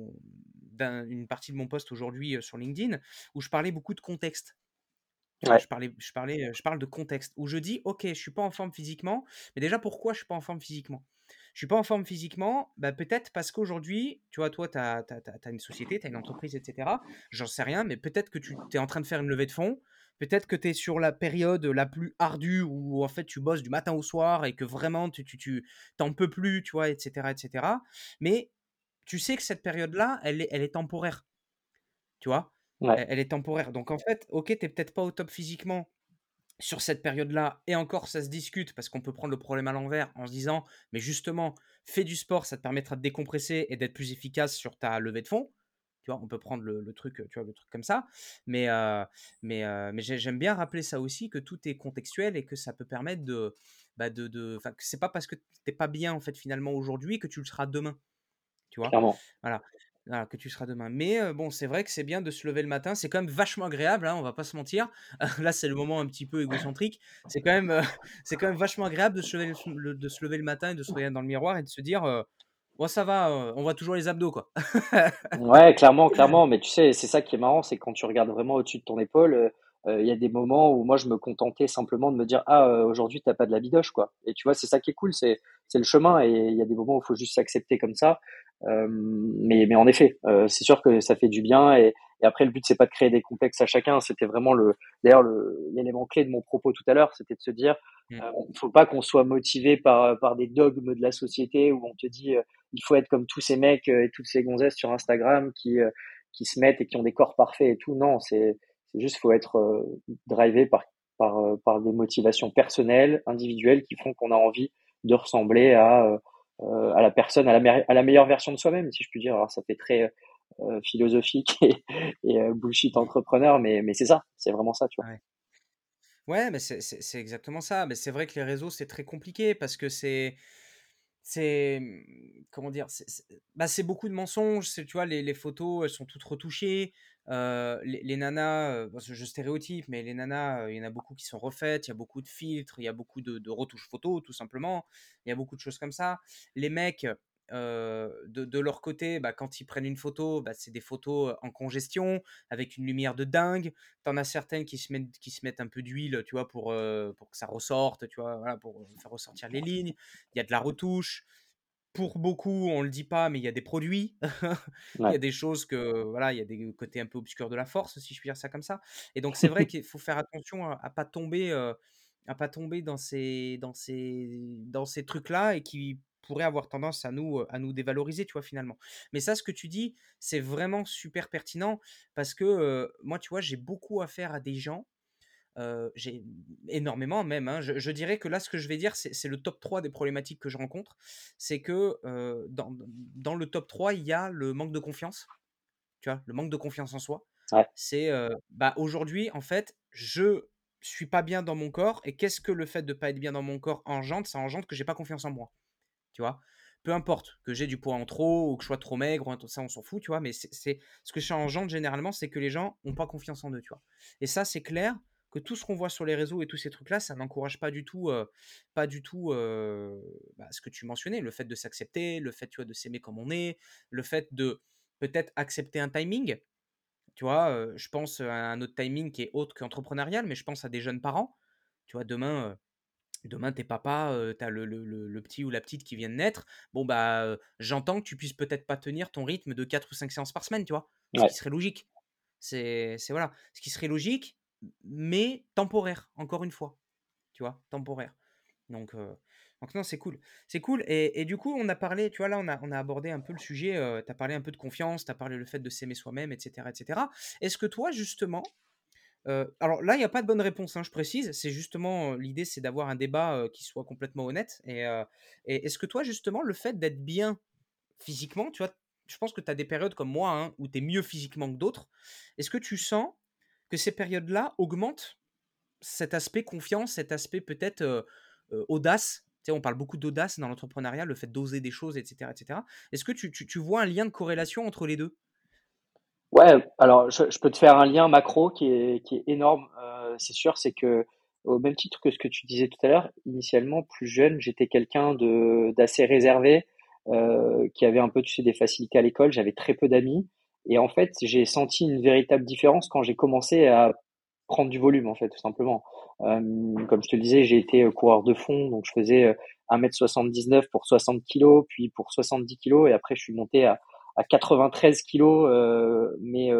d'une partie de mon post aujourd'hui, sur LinkedIn, où je parlais beaucoup de contexte. Tu vois?
Ouais,
Je parle de contexte, où je dis: «OK, je suis pas en forme physiquement», mais déjà, pourquoi je suis pas en forme physiquement? Je suis pas en forme physiquement, bah, peut-être parce qu'aujourd'hui, tu vois, toi, tu as une société, tu as une entreprise et cetera. J'en sais rien, mais peut-être que tu es en train de faire une levée de fonds. Peut-être que tu es sur la période la plus ardue où, en fait, tu bosses du matin au soir et que vraiment tu tu peux plus, tu vois? Et cetera et cetera. Mais tu sais que cette période-là, elle est temporaire, tu vois?
ouais,
Elle est temporaire. Donc en fait, OK, tu es peut-être pas au top physiquement sur cette période-là, et encore, ça se discute parce qu'on peut prendre le problème à l'envers en se disant, mais justement, fais du sport, ça te permettra de décompresser et d'être plus efficace sur ta levée de fond. Tu vois, on peut prendre le truc, tu vois, le truc comme ça. Mais j'aime bien rappeler ça aussi, que tout est contextuel et que ça peut permettre enfin, que c'est pas parce que t'es pas bien, en fait, finalement, aujourd'hui, que tu le seras demain. Tu vois?
clairement.
Voilà. Voilà, que tu seras demain. Mais bon, c'est vrai que c'est bien de se lever le matin. C'est quand même vachement agréable, hein, on va pas se mentir. Là, c'est le moment un petit peu égocentrique. C'est quand même, c'est quand même vachement agréable de se lever le matin et de se regarder dans le miroir et de se dire, «Bon ça va, on voit toujours les abdos, quoi».
Ouais, clairement, clairement. Mais tu sais, c'est ça qui est marrant, c'est quand tu regardes vraiment au-dessus de ton épaule, il y a des moments où moi je me contentais simplement de me dire: «Ah, aujourd'hui t'as pas de la bidoche, quoi». Et tu vois, c'est ça qui est cool, c'est le chemin et il y a des moments où il faut juste s'accepter comme ça. Mais en effet, c'est sûr que ça fait du bien et après le but c'est pas de créer des complexes à chacun, c'était vraiment d'ailleurs l'élément clé de mon propos tout à l'heure, c'était de se dire,
Mmh.
faut pas qu'on soit motivé par des dogmes de la société où on te dit, il faut être comme tous ces mecs et toutes ces gonzesses sur Instagram qui se mettent et qui ont des corps parfaits et tout. Non, c'est juste faut être drivé par des motivations personnelles, individuelles qui font qu'on a envie de ressembler à la personne, à la meilleure version de soi-même, si je puis dire. Alors ça fait très philosophique et bullshit
Mmh.
entrepreneur, mais c'est ça, c'est vraiment ça, tu vois.
Ouais. Ouais, mais c'est exactement ça. Mais c'est vrai que les réseaux, c'est très compliqué parce que comment dire? C'est beaucoup de mensonges, tu vois? Les photos, elles sont toutes retouchées, les nanas, bon, je stéréotype, mais les nanas, il y en a beaucoup qui sont refaites, il y a beaucoup de filtres, il y a beaucoup de retouches photos, tout simplement. Il y a beaucoup de choses comme ça. Les mecs, de leur côté, bah, quand ils prennent une photo, bah, c'est des photos, en congestion, avec une lumière de dingue. T'en as certaines qui se mettent un peu d'huile, tu vois? Pour que ça ressorte, tu vois? Voilà, pour, faire ressortir les lignes. Il y a de la retouche. Pour beaucoup, on le dit pas, mais il y a des produits. Il y
Ouais.
a des choses que voilà, il y a des côtés un peu obscurs de la force, si je puis dire ça comme ça. Et donc c'est vrai qu'il faut faire attention à pas tomber dans ces trucs-là et qui pourraient avoir tendance à nous dévaloriser, tu vois, finalement. Mais ça, ce que tu dis, c'est vraiment super pertinent parce que, moi, tu vois, j'ai beaucoup affaire à des gens. J'ai énormément même, hein. Je dirais que là, ce que je vais dire, c'est le top 3 des problématiques que je rencontre. C'est que, dans le top 3 il y a le manque de confiance, tu vois? Le manque de confiance en soi.
Ouais.
C'est, bah, aujourd'hui, en fait, je suis pas bien dans mon corps et qu'est-ce que le fait de pas être bien dans mon corps engendre? Ça engendre que j'ai pas confiance en moi, tu vois? Peu importe que j'ai du poids en trop ou que je sois trop maigre ou un ça, on s'en fout, tu vois? Mais c'est ce que ça engendre généralement, c'est que les gens ont pas confiance en eux, tu vois? Et ça, c'est clair que tout ce qu'on voit sur les réseaux et tous ces trucs-là, ça n'encourage pas du tout, ce que tu mentionnais, le fait de s'accepter, le fait, tu vois, de s'aimer comme on est, le fait de peut-être accepter un timing, tu vois? Je pense à un autre timing qui est autre qu'entrepreneurial, mais je pense à des jeunes parents. Tu vois, demain, t'es papa, tu le petit ou la petite qui vient de naître. Bon, bah, j'entends que tu puisses peut-être pas tenir ton rythme de 4 ou 5 séances par semaine, tu vois? Ce
Ouais.
qui serait logique. C'est voilà, ce qui serait logique, mais temporaire, encore une fois, tu vois? Temporaire. Donc Donc non, c'est cool. C'est cool. Et du coup, on a parlé, tu vois, là, on a abordé un peu le sujet. Tu as parlé un peu de confiance, tu as parlé le fait de s'aimer soi-même, etc., etc. Est-ce que toi, justement, alors là, il y a pas de bonne réponse, hein, je précise. C'est justement, l'idée, c'est d'avoir un débat, qui soit complètement honnête et est-ce que toi, justement, le fait d'être bien physiquement, tu vois, je pense que tu as des périodes comme moi, hein, où tu es mieux physiquement que d'autres. Est-ce que tu sens que ces périodes-là augmentent cet aspect confiance, cet aspect peut-être, audace? Tu sais, on parle beaucoup d'audace dans l'entrepreneuriat, le fait d'oser des choses et cetera et cetera. Est-ce que tu vois un lien de corrélation entre les 2?
Ouais, alors je peux te faire un lien macro qui est énorme. C'est sûr, c'est que au même titre que ce que tu disais tout à l'heure, initialement, plus jeune, j'étais quelqu'un de d'assez réservé, qui avait un peu, tu sais, des facilités à l'école. J'avais très peu d'amis. Et en fait, j'ai senti une véritable différence quand j'ai commencé à prendre du volume, en fait, tout simplement. Comme je te le disais, j'ai été coureur de fond, donc je faisais 1,79 m pour 60 kilos, puis pour 70 kilos, et après je suis monté à 93 kilos, mais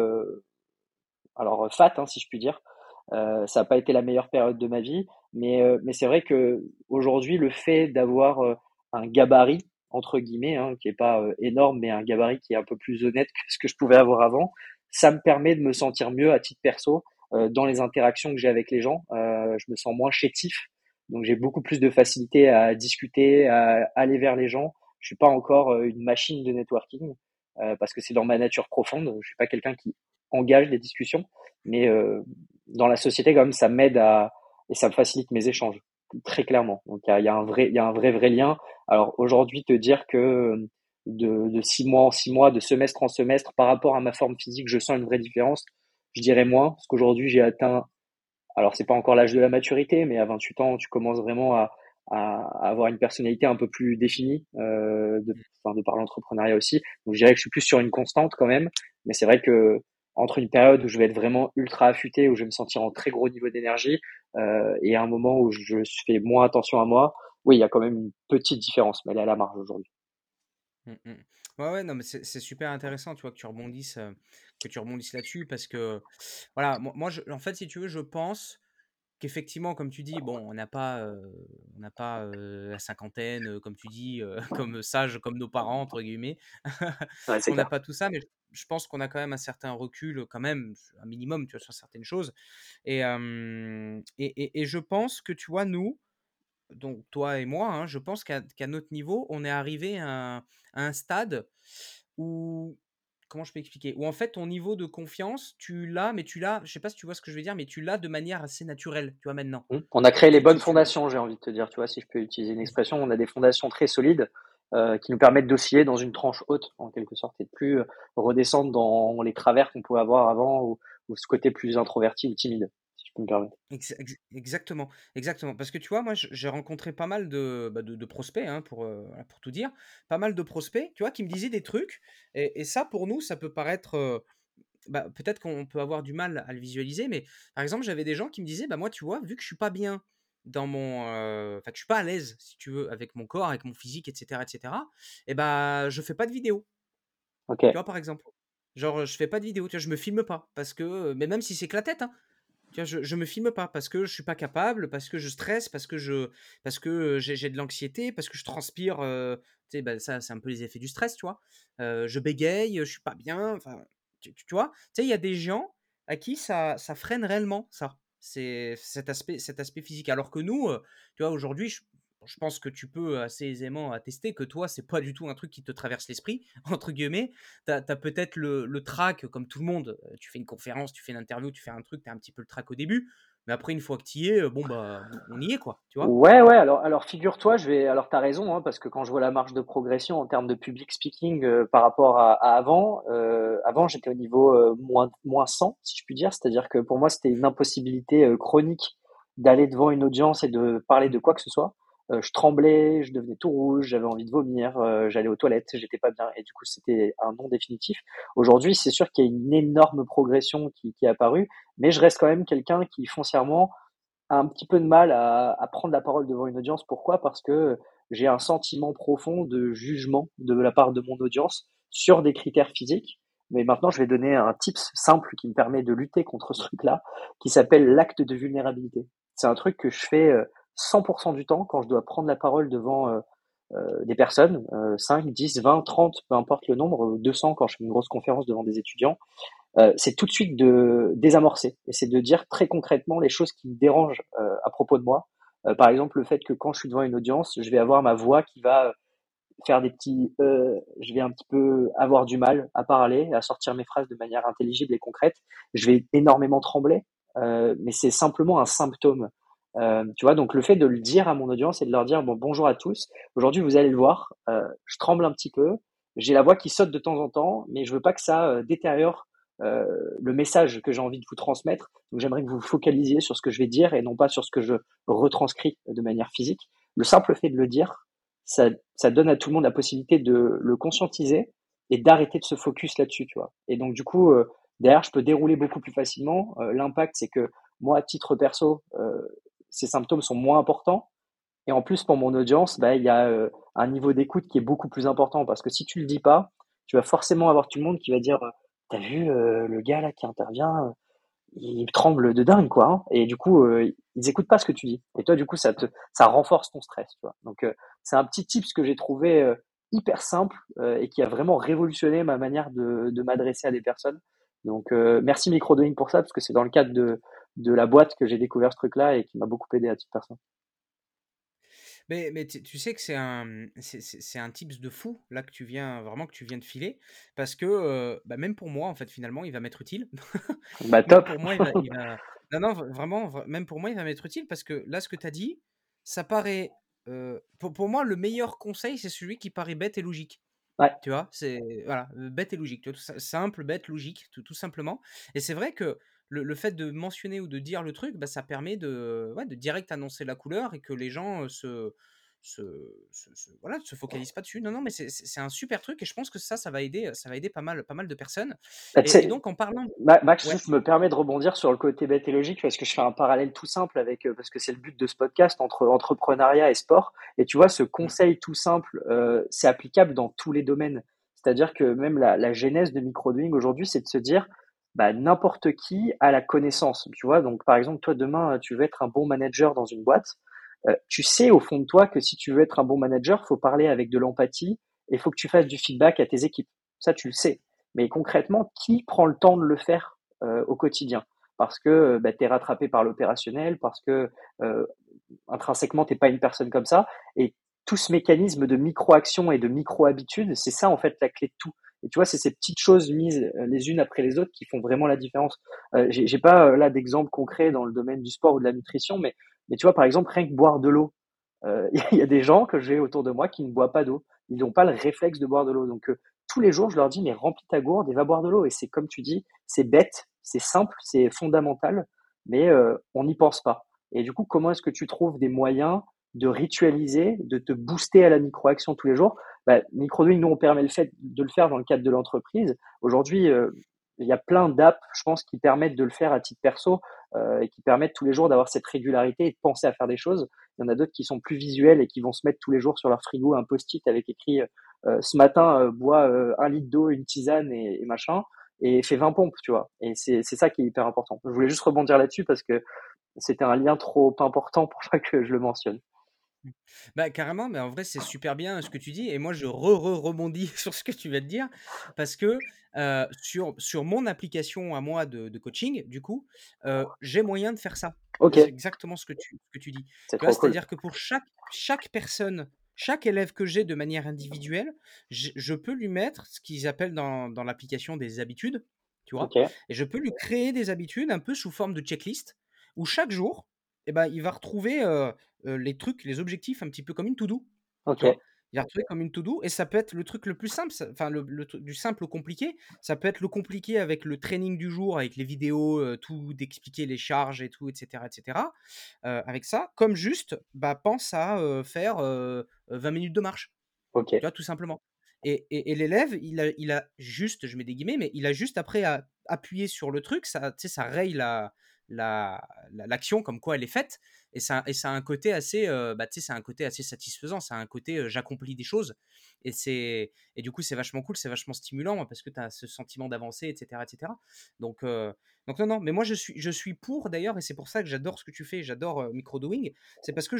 alors fat, hein, si je puis dire. Ça n'a pas été la meilleure période de ma vie, mais c'est vrai que aujourd'hui, le fait d'avoir un gabarit entre guillemets, hein, qui est pas énorme, mais un gabarit qui est un peu plus honnête que ce que je pouvais avoir avant, ça me permet de me sentir mieux à titre perso dans les interactions que j'ai avec les gens. Je me sens moins chétif, donc j'ai beaucoup plus de facilité à discuter, à aller vers les gens. Je suis pas encore une machine de networking parce que c'est dans ma nature profonde. Je suis pas quelqu'un qui engage les discussions, mais dans la société, quand même, ça m'aide à et ça me facilite mes échanges très clairement. Donc il y a un vrai lien. Alors aujourd'hui, te dire que de 6 mois en 6 mois, de semestre en semestre, par rapport à ma forme physique, je sens une vraie différence. Je dirais moins, parce qu'aujourd'hui j'ai atteint. Alors c'est pas encore l'âge de la maturité, mais à 28 ans, tu commences vraiment à avoir une personnalité un peu plus définie, enfin, de par l'entrepreneuriat aussi. Donc je dirais que je suis plus sur une constante quand même, mais c'est vrai que entre une période où je vais être vraiment ultra affûté, où je vais me sentir en très gros niveau d'énergie, et un moment où je fais moins attention à moi, oui, il y a quand même une petite différence, mais elle est à la marge aujourd'hui.
Mmh mh. Ouais, ouais, non, mais c'est super intéressant, tu vois, que tu rebondisses là-dessus parce que, voilà, moi, en fait, si tu veux, je pense qu'effectivement, comme tu dis, bon, on n'a pas, la cinquantaine, comme tu dis, comme sage comme nos parents, entre guillemets.
Ouais, c'est
On n'a
clair.
pas tout ça, mais je pense qu'on a quand même un certain recul, quand même, un minimum, tu vois, sur certaines choses et je pense que, tu vois, nous, donc toi et moi, hein, je pense qu'à notre niveau, on est arrivé à un stade où, comment je peux expliquer? Où en fait ton niveau de confiance, tu l'as, mais tu l'as, je sais pas si tu vois ce que je veux dire, mais tu l'as de manière assez naturelle, tu vois maintenant.
On a créé les
Tu
bonnes
tu tu
fondations, j'ai envie de te dire, tu vois, si je peux utiliser une expression, on a des fondations très solides qui nous permettent d'osciller dans une tranche haute, en quelque sorte, et de plus redescendre dans les travers qu'on pouvait avoir avant ou ce côté plus introverti ou timide, si je peux me permettre.
Exactement, exactement. Parce que tu vois, moi, j'ai rencontré pas mal de prospects, hein, voilà, pour tout dire. Pas mal de prospects, tu vois, qui me disaient des trucs et ça, pour nous, ça peut paraître, bah, peut-être qu'on peut avoir du mal à le visualiser, mais par exemple, j'avais des gens qui me disaient: «Bah, moi, tu vois, vu que je suis pas bien dans enfin, que je suis pas à l'aise, si tu veux, avec mon corps, avec mon physique et cetera et bah, je fais pas de vidéo».
Ok.
Tu vois, par exemple? Genre, je fais pas de vidéo, tu vois? Je me filme pas parce que, mais même si c'est que la tête, hein, tu vois? Je me filme pas parce que je suis pas capable, parce que je stresse, parce que, j'ai de l'anxiété, parce que je transpire, tu sais, bah, ça, c'est un peu les effets du stress, tu vois? Je bégaye, je suis pas bien, enfin, tu vois? Tu sais, il y a des gens à qui ça freine réellement ça, c'est cet aspect physique. Alors que nous, tu vois, aujourd'hui, je pense que tu peux assez aisément attester que toi, c'est pas du tout un truc qui te traverse l'esprit, entre guillemets. Tu as peut-être le trac comme tout le monde, tu fais une conférence, tu fais une interview, tu fais un truc, tu as un petit peu le trac au début, mais après une fois que tu y es, bon, bah, on y est quoi, tu vois?
Ouais, ouais, alors figure-toi, alors t'as raison, hein, parce que quand je vois la marge de progression en termes de public speaking par rapport à avant, avant j'étais au niveau moins 100, si je puis dire, c'est-à-dire que pour moi c'était une impossibilité chronique d'aller devant une audience et de parler de quoi que ce soit. Je tremblais, je devenais tout rouge, j'avais envie de vomir, j'allais aux toilettes, j'étais pas bien, et du coup c'était un non définitif. Aujourd'hui, c'est sûr qu'il y a une énorme progression qui est apparue, mais je reste quand même quelqu'un qui foncièrement un petit peu de mal à prendre la parole devant une audience. Pourquoi? Parce que j'ai un sentiment profond de jugement de la part de mon audience sur des critères physiques. Mais maintenant, je vais donner un tips simple qui me permet de lutter contre ce truc-là, qui s'appelle l'acte de vulnérabilité. C'est un truc que je fais 100% du temps, quand je dois prendre la parole devant des personnes, 5, 10, 20, 30, peu importe le nombre, 200 quand je fais une grosse conférence devant des étudiants, c'est tout de suite de désamorcer et c'est de dire très concrètement les choses qui me dérangent à propos de moi. Par exemple, le fait que quand je suis devant une audience, je vais avoir ma voix qui va faire des petits je vais un petit peu avoir du mal à parler, à sortir mes phrases de manière intelligible et concrète. Je vais énormément trembler, mais c'est simplement un symptôme. Tu vois, donc le fait de le dire à mon audience et de leur dire bon bonjour à tous. Aujourd'hui, vous allez le voir, je tremble un petit peu, j'ai la voix qui saute de temps en temps, mais je veux pas que ça détériore le message que j'ai envie de vous transmettre. Donc j'aimerais que vous vous focalisiez sur ce que je vais dire et non pas sur ce que je retranscris de manière physique. Le simple fait de le dire, ça donne à tout le monde la possibilité de le conscientiser et d'arrêter de se focus là-dessus, tu vois. Et donc, du coup, derrière, je peux dérouler beaucoup plus facilement. L'impact, c'est que moi, à titre perso, ces symptômes sont moins importants. Et en plus, pour mon audience, bah, il y a un niveau d'écoute qui est beaucoup plus important parce que si tu le dis pas, tu vas forcément avoir tout le monde qui va dire, t'as vu le gars là qui intervient, ils tremblent de dingue, quoi, hein. Et du coup, ils écoutent pas ce que tu dis. Et toi, du coup, ça renforce ton stress, tu vois. Donc, c'est un petit tips que j'ai trouvé hyper simple et qui a vraiment révolutionné ma manière de m'adresser à des personnes. Donc, merci Microdosing pour ça, parce que c'est dans le cadre de la boîte que j'ai découvert ce truc-là et qui m'a beaucoup aidé à titre personnel.
Mais tu sais que c'est un tips de fou, là, que tu viens de filer, parce que bah, même pour moi, en fait, finalement, il va m'être utile.
Bah,
Même
top.
pour moi, non, non, vraiment, même pour moi, il va m'être utile parce que là, ce que tu as dit, ça paraît. Pour moi, le meilleur conseil, c'est celui qui paraît bête et logique.
Ouais.
Tu vois, c'est voilà, bête et logique, tu vois, simple, bête, logique, tout simplement. Et c'est vrai que le fait de mentionner ou de dire le truc, bah, ça permet ouais, de direct annoncer la couleur et que les gens se, voilà, se focalisent pas dessus. Non, non, mais c'est un super truc et je pense que ça va aider pas mal de personnes.
Bah, tu
Et
sais,
donc en parlant,
Max,
ouais,
juste me permet de rebondir sur le côté bête et logique parce que je fais un parallèle tout simple avec, parce que c'est le but de ce podcast entre entrepreneuriat et sport. Et tu vois, ce
mm,
conseil tout simple, c'est applicable dans tous les domaines. C'est-à-dire que même la genèse de microdosing aujourd'hui, c'est de se dire, bah, n'importe qui a la connaissance. Tu vois, donc par exemple, toi demain, tu veux être un bon manager dans une boîte. Tu sais au fond de toi que si tu veux être un bon manager, faut parler avec de l'empathie et il faut que tu fasses du feedback à tes équipes. Ça, tu le sais. Mais concrètement, qui prend le temps de le faire au quotidien? Parce que bah, tu es rattrapé par l'opérationnel, parce que euh, intrinsèquement, t'es pas une personne comme ça. Et tout ce mécanisme de micro-action et de micro-habitude, c'est ça en fait la clé de tout. Et tu vois, c'est ces petites choses mises les unes après les autres qui font vraiment la différence. J'ai pas là d'exemple concret dans le domaine du sport ou de la nutrition, mais tu vois, par exemple, rien que boire de l'eau. Il y a des gens que j'ai autour de moi qui ne boivent pas d'eau. Ils n'ont pas le réflexe de boire de l'eau. Donc, tous les jours, je leur dis, mais remplis ta gourde et va boire de l'eau. Et c'est comme tu dis, c'est bête, c'est simple, c'est fondamental, mais on n'y pense pas. Et du coup, comment est-ce que tu trouves des moyens de ritualiser, de te booster à la micro-action tous les jours? Bah, Microdosing, nous, on permet le fait de le faire dans le cadre de l'entreprise. Aujourd'hui, il y a plein d'apps, je pense, qui permettent de le faire à titre perso et qui permettent tous les jours d'avoir cette régularité et de penser à faire des choses. Il y en a d'autres qui sont plus visuels et qui vont se mettre tous les jours sur leur frigo un post-it avec écrit ce matin, bois 1 litre d'eau, une tisane et machin, et fais 20 pompes, tu vois. Et c'est ça qui est hyper important. Je voulais juste rebondir là-dessus parce que c'était un lien trop important pour pas que je le mentionne.
bah, carrément, mais en vrai, c'est super bien ce que tu dis. Et moi, je rebondis sur ce que tu vas te dire. Parce que sur mon application à moi de coaching, du coup, j'ai moyen de faire ça.
Ok,
C'est exactement ce que tu dis.
c'est
Tu vois,
trop cool.
c'est-à-dire que pour chaque personne, chaque élève que j'ai de manière individuelle, je peux lui mettre ce qu'ils appellent dans l'application des habitudes. Tu vois,
Ok,
et je peux lui créer des habitudes un peu sous forme de checklist où chaque jour, eh ben, il va retrouver les trucs, les objectifs un petit peu comme une to-do,
ok,
tu vois? Il va retrouver comme une to-do et ça peut être le truc le plus simple, enfin du simple au compliqué. Ça peut être le compliqué avec le training du jour, avec les vidéos, tout d'expliquer les charges et tout, et cetera, avec ça. Comme juste, bah, pense à, faire, 20 minutes de marche.
ok,
Tu vois? Tout simplement. Et l'élève, il a juste, je mets des guillemets, mais il a juste après à appuyer sur le truc, ça, tu sais, ça raye l'action comme quoi elle est faite et ça a un côté assez, bah, tu sais, c'est un côté assez satisfaisant, ça a un côté, j'accomplis des choses Et du coup, c'est vachement cool, c'est vachement stimulant parce que tu as ce sentiment d'avancer, etc., etc. Donc, euh, donc non, non, mais moi je suis pour d'ailleurs, et c'est pour ça que j'adore ce que tu fais, j'adore microdoing, c'est parce que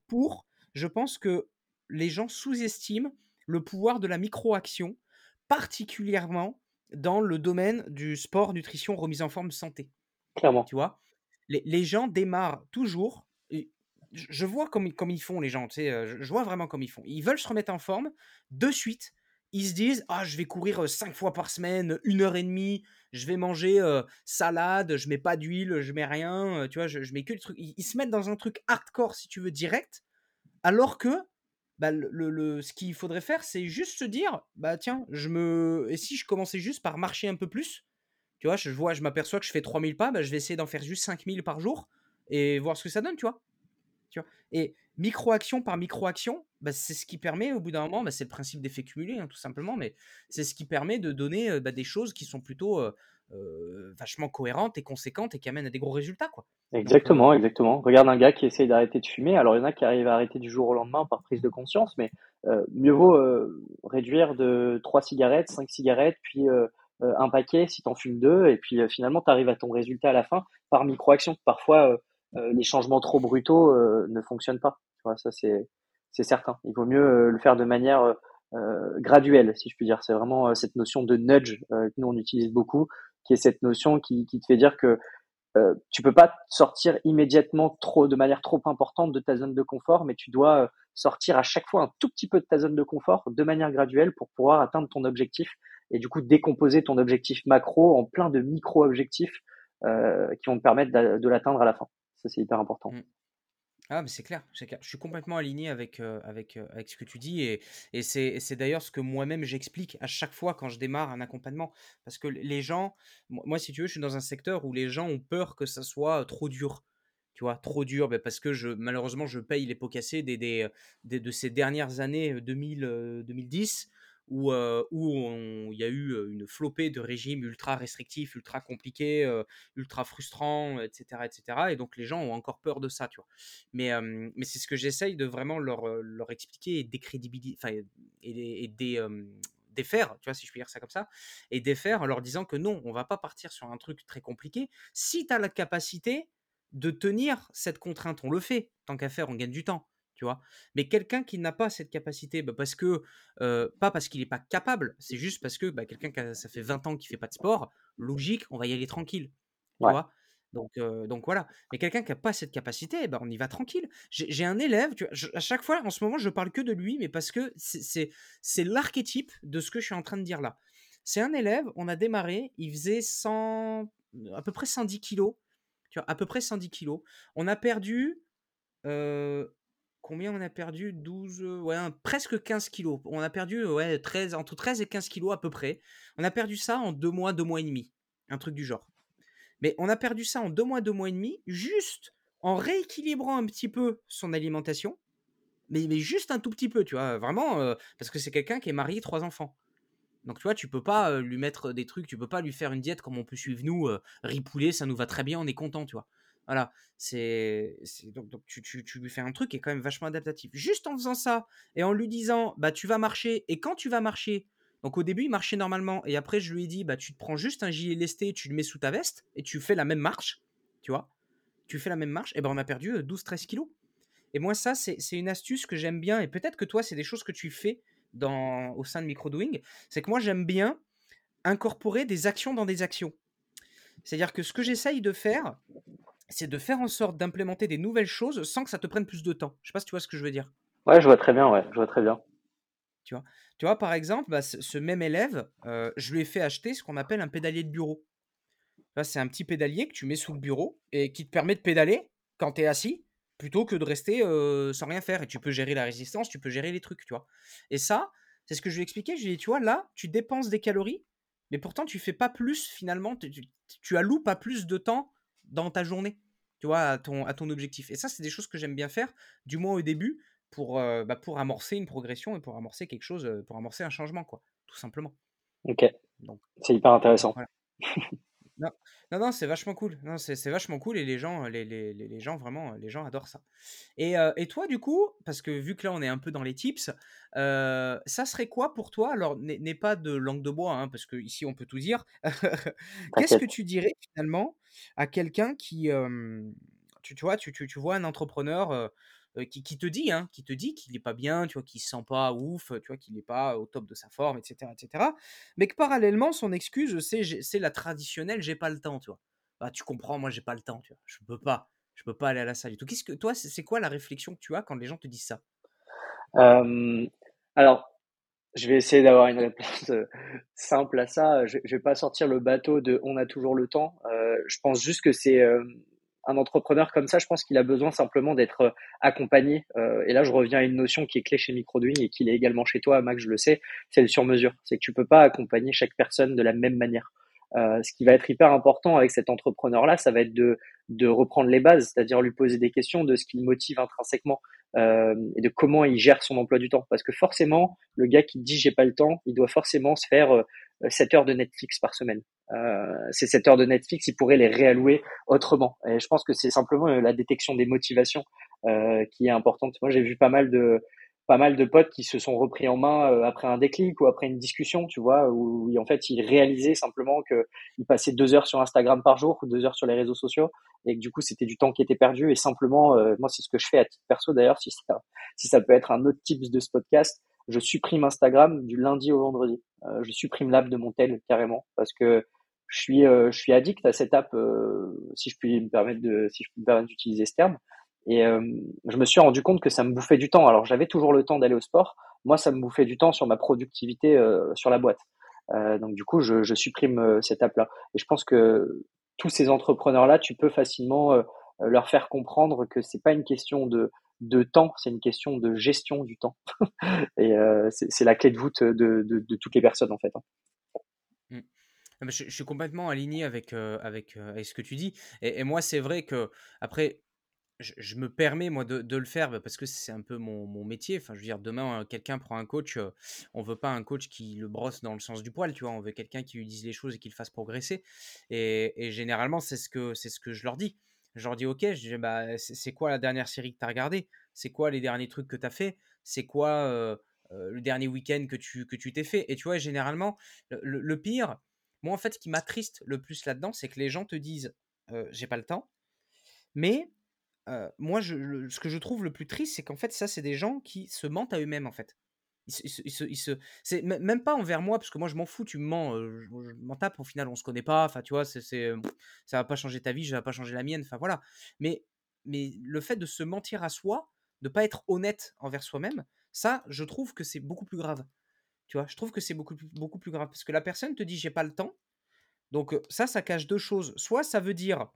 je pense que les gens sous-estiment le pouvoir de la micro-action, particulièrement dans le domaine du sport, nutrition, remise en forme, santé.
Clairement.
Tu vois, les gens démarrent toujours. Et je vois comme ils font, les gens. Tu sais, je vois vraiment comme ils font. Ils veulent se remettre en forme de suite. Ils se disent: ah, je vais courir 5 fois par semaine, 1 heure et demie. Je vais manger salade, je mets pas d'huile, je mets rien. Tu vois, je mets que le truc. Ils se mettent dans un truc hardcore, si tu veux, direct. Alors que bah, ce qu'il faudrait faire, c'est juste se dire: bah tiens, et si je commençais juste par marcher un peu plus, tu vois, je m'aperçois que je fais 3000 pas, bah, je vais essayer d'en faire juste 5000 par jour et voir ce que ça donne, tu vois. Et micro-action par micro-action, bah, c'est ce qui permet, au bout d'un moment, bah, c'est le principe d'effet cumulé, hein, tout simplement, mais c'est ce qui permet de donner bah, des choses qui sont plutôt vachement cohérentes et conséquentes et qui amènent à des gros résultats, quoi. Donc,
Exactement, exactement. Regarde un gars qui essaye d'arrêter de fumer. Alors, il y en a qui arrivent à arrêter du jour au lendemain par prise de conscience, mais mieux vaut réduire de 3 cigarettes, 5 cigarettes, puis un paquet si t'en fumes deux, et puis finalement, tu arrives à ton résultat à la fin par micro-action. Parfois, les changements trop brutaux ne fonctionnent pas. Tu vois, ça, c'est certain. Il vaut mieux le faire de manière graduelle, si je puis dire. C'est vraiment cette notion de nudge que nous, on utilise beaucoup, qui est cette notion qui te fait dire que tu peux pas sortir immédiatement de manière trop importante de ta zone de confort, mais tu dois sortir à chaque fois un tout petit peu de ta zone de confort de manière graduelle pour pouvoir atteindre ton objectif et du coup décomposer ton objectif macro en plein de micro-objectifs qui vont te permettre de l'atteindre à la fin. Ça, c'est hyper important.
mm. Ah, mais c'est clair, c'est clair. Je suis complètement aligné avec ce que tu dis et c'est d'ailleurs ce que moi-même j'explique à chaque fois quand je démarre un accompagnement. Parce que les gens, moi, si tu veux, je suis dans un secteur où les gens ont peur que ça soit trop dur. Tu vois, trop dur, ben, parce que malheureusement, je paye les pots cassés de ces dernières années 2010 où il y a eu une flopée de régimes ultra restrictifs, ultra compliqués, ultra frustrants, etc., etc. Et donc les gens ont encore peur de ça, tu vois. Mais c'est ce que j'essaye de vraiment leur expliquer et décrédibiliser, enfin, défaire, tu vois, si je puis dire ça comme ça, et défaire en leur disant que non, on va pas partir sur un truc très compliqué. Si tu as la capacité de tenir cette contrainte, on le fait. Tant qu'à faire, on gagne du temps, tu vois. Mais quelqu'un qui n'a pas cette capacité, bah, pas parce qu'il n'est pas capable, c'est juste parce que bah, ça fait 20 ans qu'il fait pas de sport, logique, on va y aller tranquille, tu
Ouais.
vois. Donc voilà. Mais quelqu'un qui n'a pas cette capacité, on y va tranquille. J'ai un élève, tu vois, à chaque fois, en ce moment, je parle que de lui, mais parce que c'est l'archétype de ce que je suis en train de dire là. C'est un élève, on a démarré, il faisait à peu près 110 kilos, tu vois, à peu près 110 kilos. On a perdu, combien on a perdu? 12, ouais, presque 15 kilos. On a perdu ouais, entre 13 et 15 kilos à peu près. On a perdu ça en 2 mois, 2 mois et demi. Un truc du genre. Mais on a perdu ça en 2 mois, 2 mois et demi, juste en rééquilibrant un petit peu son alimentation, mais juste un tout petit peu, tu vois, vraiment, parce que c'est quelqu'un qui est marié, 3 enfants. Donc tu vois, tu peux pas lui mettre des trucs, tu peux pas lui faire une diète comme on peut suivre nous, ripouler, ça nous va très bien, on est content, tu vois. Voilà, donc tu lui fais un truc qui est quand même vachement adaptatif. Juste en faisant ça et en lui disant, bah tu vas marcher et quand tu vas marcher, donc au début il marchait normalement et après je lui ai dit, bah tu te prends juste un gilet lesté, tu le mets sous ta veste et tu fais la même marche, tu vois. Tu fais la même marche, et ben on a perdu 12-13 kilos. Et moi, ça, c'est une astuce que j'aime bien. Et peut-être que toi, c'est des choses que tu fais au sein de Microdoing. C'est que moi, j'aime bien incorporer des actions dans des actions. C'est-à-dire que ce que j'essaye de faire, c'est de faire en sorte d'implémenter des nouvelles choses sans que ça te prenne plus de temps. Je sais pas si tu vois ce que je veux dire.
Ouais, je vois très bien, ouais, je vois très bien.
Tu vois, par exemple, bah, ce même élève, je lui ai fait acheter ce qu'on appelle un pédalier de bureau. Là, c'est un petit pédalier que tu mets sous le bureau et qui te permet de pédaler quand tu es assis plutôt que de rester sans rien faire. Et tu peux gérer la résistance, tu peux gérer les trucs, tu vois. Et ça, c'est ce que je lui ai expliqué. Je lui ai dit, tu vois, là, tu dépenses des calories, mais pourtant, tu fais pas plus finalement. Tu alloues pas plus de temps dans ta journée, tu vois, à ton objectif. Et ça, c'est des choses que j'aime bien faire, du moins au début, pour amorcer une progression et pour amorcer quelque chose, pour amorcer un changement, quoi, tout simplement.
Ok,
Donc,
c'est hyper
donc
intéressant.
voilà. Non, non, non, c'est vachement cool. Non, c'est vachement cool et les gens, les gens vraiment, les gens adorent ça. Et toi, du coup, parce que vu que là, on est un peu dans les tips, ça serait quoi pour toi? Alors, n'aie pas de langue de bois, hein, parce qu'ici, on peut tout dire. Qu'est-ce que
T'inquiète.
tu dirais finalement à quelqu'un qui, tu vois, tu vois un entrepreneur, qui te dit, hein, qui te dit qu'il est pas bien, tu vois, qu'il se sent pas ouf, tu vois, qu'il est pas au top de sa forme et cetera, mais que parallèlement, son excuse, c'est la traditionnelle: «J'ai pas le temps», tu vois? «Bah, tu comprends, moi, j'ai pas le temps», tu vois? Je peux pas aller à la salle et tout. Qu'est-ce que toi, c'est quoi la réflexion que tu as quand les gens te disent ça?
Euh, alors, je vais essayer d'avoir une réponse simple à ça. Je vais pas sortir le bateau de on a toujours le temps. Je pense juste que c'est un entrepreneur comme ça. Je pense qu'il a besoin simplement d'être accompagné. Et là, je reviens à une notion qui est clé chez Microdwing et qui est également chez toi, Max. Je le sais. C'est le sur-mesure. C'est que tu peux pas accompagner chaque personne de la même manière. Ce qui va être hyper important avec cet entrepreneur-là, ça va être de reprendre les bases, c'est-à-dire lui poser des questions de ce qui le motive intrinsèquement et de comment il gère son emploi du temps. Parce que forcément, le gars qui dit j'ai pas le temps, il doit forcément se faire 7 heures de Netflix par semaine. Ces 7 heures de Netflix, il pourrait les réallouer autrement. Et je pense que c'est simplement la détection des motivations qui est importante. Moi, j'ai vu pas mal de potes qui se sont repris en main après un déclic ou après une discussion, tu vois, où en fait ils réalisaient simplement que ils passaient 2 heures sur Instagram par jour ou 2 heures sur les réseaux sociaux et que du coup c'était du temps qui était perdu et simplement, moi c'est ce que je fais à titre perso d'ailleurs, si ça peut être un autre tips de ce podcast, je supprime Instagram du lundi au vendredi. Je supprime l'app de mon tel carrément parce que je suis addict à cette app, si je puis me permettre d'utiliser ce terme. Et je me suis rendu compte que ça me bouffait du temps. Alors j'avais toujours le temps d'aller au sport. Moi, ça me bouffait du temps sur ma productivité sur la boîte. Donc du coup, je supprime cette app-là. Et je pense que tous ces entrepreneurs-là, tu peux facilement leur faire comprendre que c'est pas une question de temps, c'est une question de gestion du temps. Et c'est la clé de voûte de toutes les personnes en fait, hein.
Mmh. Ah bah, je suis complètement aligné avec ce que tu dis et moi, c'est vrai qu'après je me permets moi de le faire, bah, parce que c'est un peu mon métier. Enfin, je veux dire, demain, quelqu'un prend un coach, on veut pas un coach qui le brosse dans le sens du poil, tu vois? On veut quelqu'un qui lui dise les choses et qui le fasse progresser et généralement, c'est ce que je leur dis. Je leur dis: «OK», je dis: «Bah, c'est quoi la dernière série que tu as regardée? C'est quoi les derniers trucs que tu as fait? C'est quoi, le dernier week-end que tu t'es fait?» Et tu vois, généralement, le pire, moi, en fait, ce qui m'attriste le plus là-dedans, c'est que les gens te disent, «J'ai pas le temps», mais moi, ce que je trouve le plus triste, c'est qu'en fait, ça, c'est des gens qui se mentent à eux-mêmes, en fait. Ils se c'est même pas envers moi, parce que moi, je m'en fous, tu me mens, je m'en tape, au final, on se connaît pas, enfin, tu vois? Ça va pas changer ta vie, ça va pas changer la mienne, enfin, voilà. Mais le fait de se mentir à soi, de pas être honnête envers soi-même, ça, je trouve que c'est beaucoup plus grave, tu vois? Je trouve que c'est beaucoup plus grave, parce que la personne te dit: «J'ai pas le temps», donc ça cache 2 choses. Soit ça veut dire,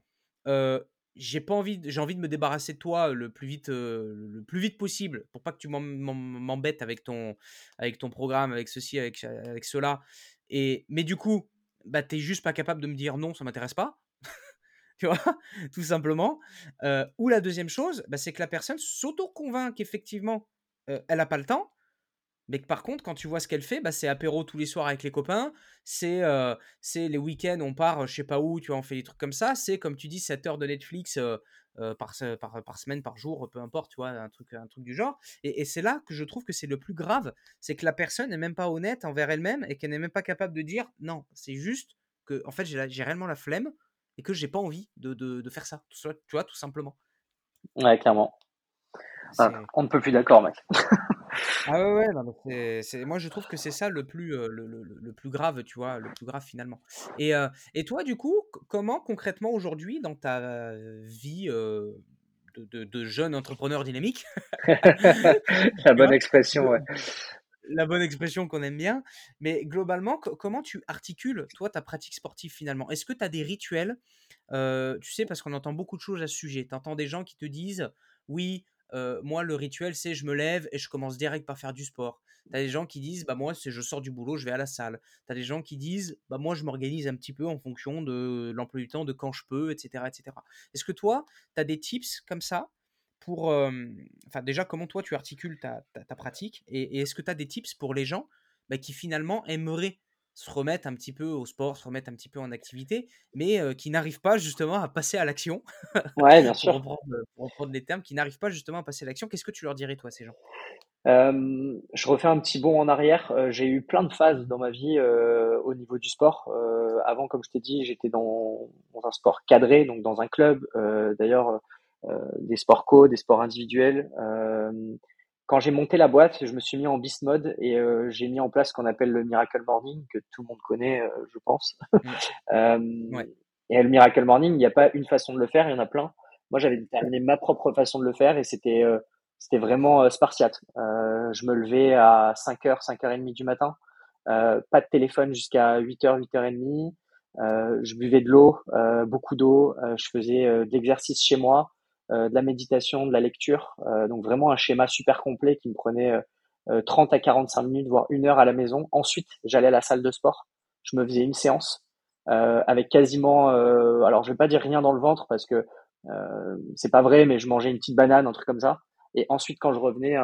j'ai envie de me débarrasser de toi, le plus vite possible pour pas que tu m'embêtes avec ton programme, avec ceci, avec cela mais du coup, bah, tu es juste pas capable de me dire: «Non, ça m'intéresse pas», tu vois? Tout simplement. Ou la deuxième chose, bah, c'est que la personne s'auto-convainc qu'effectivement, elle a pas le temps, mais que par contre, quand tu vois ce qu'elle fait, bah, c'est apéro tous les soirs avec les copains, c'est les week-ends, on part, je sais pas où, tu vois? On fait des trucs comme ça. C'est comme tu dis 7 heures de Netflix, par semaine, par jour, peu importe, tu vois? Un truc du genre et c'est là que je trouve que c'est le plus grave. C'est que la personne n'est même pas honnête envers elle-même et qu'elle n'est même pas capable de dire: «Non, c'est juste que en fait, j'ai réellement la flemme et que j'ai pas envie de faire ça». Tu vois? Tout simplement.
Ouais, clairement. Ah,
C'est
on ne peut plus d'accord, mec.
Ah ouais, ouais, non, mais c'est moi je trouve que c'est ça le plus grave, tu vois? Le plus grave finalement et toi du coup, comment concrètement aujourd'hui dans ta vie, de jeune entrepreneur dynamique,
La
tu
bonne
vois?
expression,
De
ouais.
la bonne expression qu'on aime bien, mais globalement, comment tu articules toi ta pratique sportive finalement? Est-ce que tu as des rituels? Tu sais, parce qu'on entend beaucoup de choses à ce sujet. Tu entends des gens qui te disent: «Oui, moi le rituel c'est je me lève et je commence direct par faire du sport». Tu as des gens qui disent: «Bah, moi c'est je sors du boulot, je vais à la salle». Tu as des gens qui disent: «Bah, moi je m'organise un petit peu en fonction de l'emploi du temps, de quand je peux» et cetera et cetera. Est-ce que toi, tu as des tips comme ça pour, enfin déjà comment toi tu articules ta pratique et est-ce que tu as des tips pour les gens, bah, qui finalement aimeraient se remettent un petit peu au sport, se remettent un petit peu en activité, mais qui n'arrivent pas justement à passer à l'action,
Ouais, bien sûr.
pour reprendre les termes, qui n'arrivent pas justement à passer à l'action. Qu'est-ce que tu leur dirais, toi, à ces gens?
Je refais un petit bond en arrière. J'ai eu plein de phases dans ma vie au niveau du sport. Avant, comme je t'ai dit, j'étais dans un sport cadré, donc dans un club. D'ailleurs, des sports co, des sports individuels. Quand j'ai monté la boîte, je me suis mis en beast mode et j'ai mis en place ce qu'on appelle le Miracle Morning, que tout le monde connaît, je pense.
Mm.
Euh,
Ouais.
et le Miracle Morning, il n'y a pas une façon de le faire, il y en a plein. Moi, j'avais déterminé ma propre façon de le faire et c'était vraiment spartiate. Je me levais à 5h, 5h30 du matin. Pas de téléphone jusqu'à 8h, 8h30. Je buvais de l'eau, beaucoup d'eau. Je faisais de l'exercice chez moi, de la méditation, de la lecture. Donc vraiment un schéma super complet qui me prenait 30 à 45 minutes, voire 1 heure à la maison. Ensuite, j'allais à la salle de sport. Je me faisais une séance avec quasiment, alors je vais pas dire rien dans le ventre parce que c'est pas vrai, mais je mangeais une petite banane, un truc comme ça. Et ensuite, quand je revenais,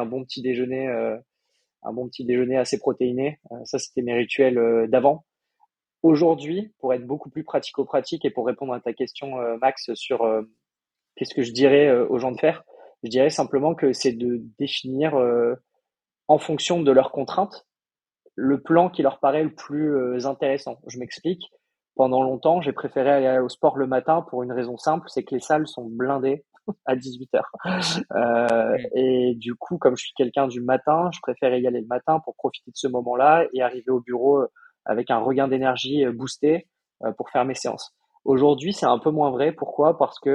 un bon petit déjeuner assez protéiné. Ça, c'était mes rituels d'avant. Aujourd'hui, pour être beaucoup plus pratico-pratique et pour répondre à ta question, Max, sur qu'est-ce que je dirais aux gens de faire, je dirais simplement que c'est de définir en fonction de leurs contraintes le plan qui leur paraît le plus intéressant. Je m'explique. Pendant longtemps, j'ai préféré aller au sport le matin pour une raison simple, c'est que les salles sont blindées à 18h.
Mm.
Et du coup, comme je suis quelqu'un du matin, je préfère y aller le matin pour profiter de ce moment-là et arriver au bureau avec un regain d'énergie boosté pour faire mes séances. Aujourd'hui, c'est un peu moins vrai. Pourquoi? Parce que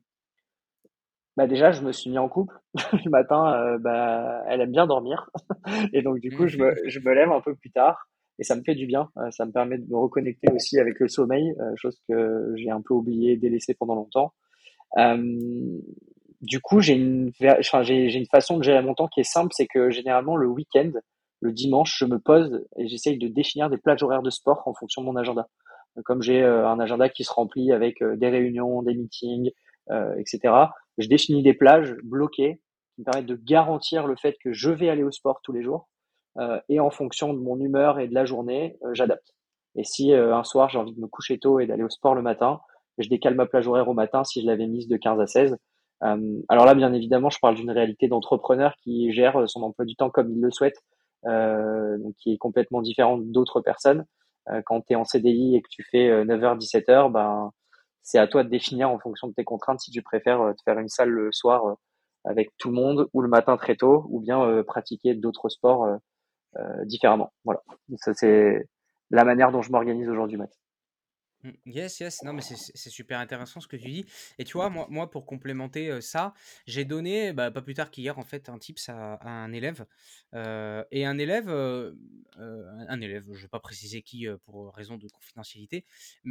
bah déjà, je me suis mis en couple. Le matin, bah, elle aime bien dormir. Et donc, du coup,
Mhm.
je me lève un peu plus tard et ça me fait du bien. Ça me permet de me reconnecter aussi avec le sommeil, chose que j'ai un peu oublié, délaissé pendant longtemps. Euh, du coup, j'ai une façon de gérer mon temps qui est simple, c'est que généralement le week-end, le dimanche, je me pose et j'essaye de définir des plages horaires de sport en fonction de mon agenda. Comme j'ai un agenda qui se remplit avec des réunions, des meetings, etc., je définis des plages bloquées qui me permettent de garantir le fait que je vais aller au sport tous les jours. Et en fonction de mon humeur et de la journée, j'adapte. Et si un soir j'ai envie de me coucher tôt et d'aller au sport le matin, je décale ma plage horaire au matin si je l'avais mise de 15 à 16. Alors là, bien évidemment, je parle d'une réalité d'entrepreneur qui gère son emploi du temps comme il le souhaite, donc qui est complètement différente d'autres personnes. Quand tu es en CDI et que tu fais 9h, 17h, ben, c'est à toi de définir en fonction de tes contraintes si tu préfères te faire une salle le soir avec tout le monde ou le matin très tôt ou bien pratiquer d'autres sports différemment. Voilà. Donc ça, c'est la manière dont je m'organise aujourd'hui, Max.
Yes, yes, non, mais c'est super intéressant ce que tu dis. Et tu vois, moi pour complémenter ça, j'ai donné, bah, pas plus tard qu'hier, en fait, un tips à un élève. Et un élève, je vais pas préciser qui pour raison de confidentialité,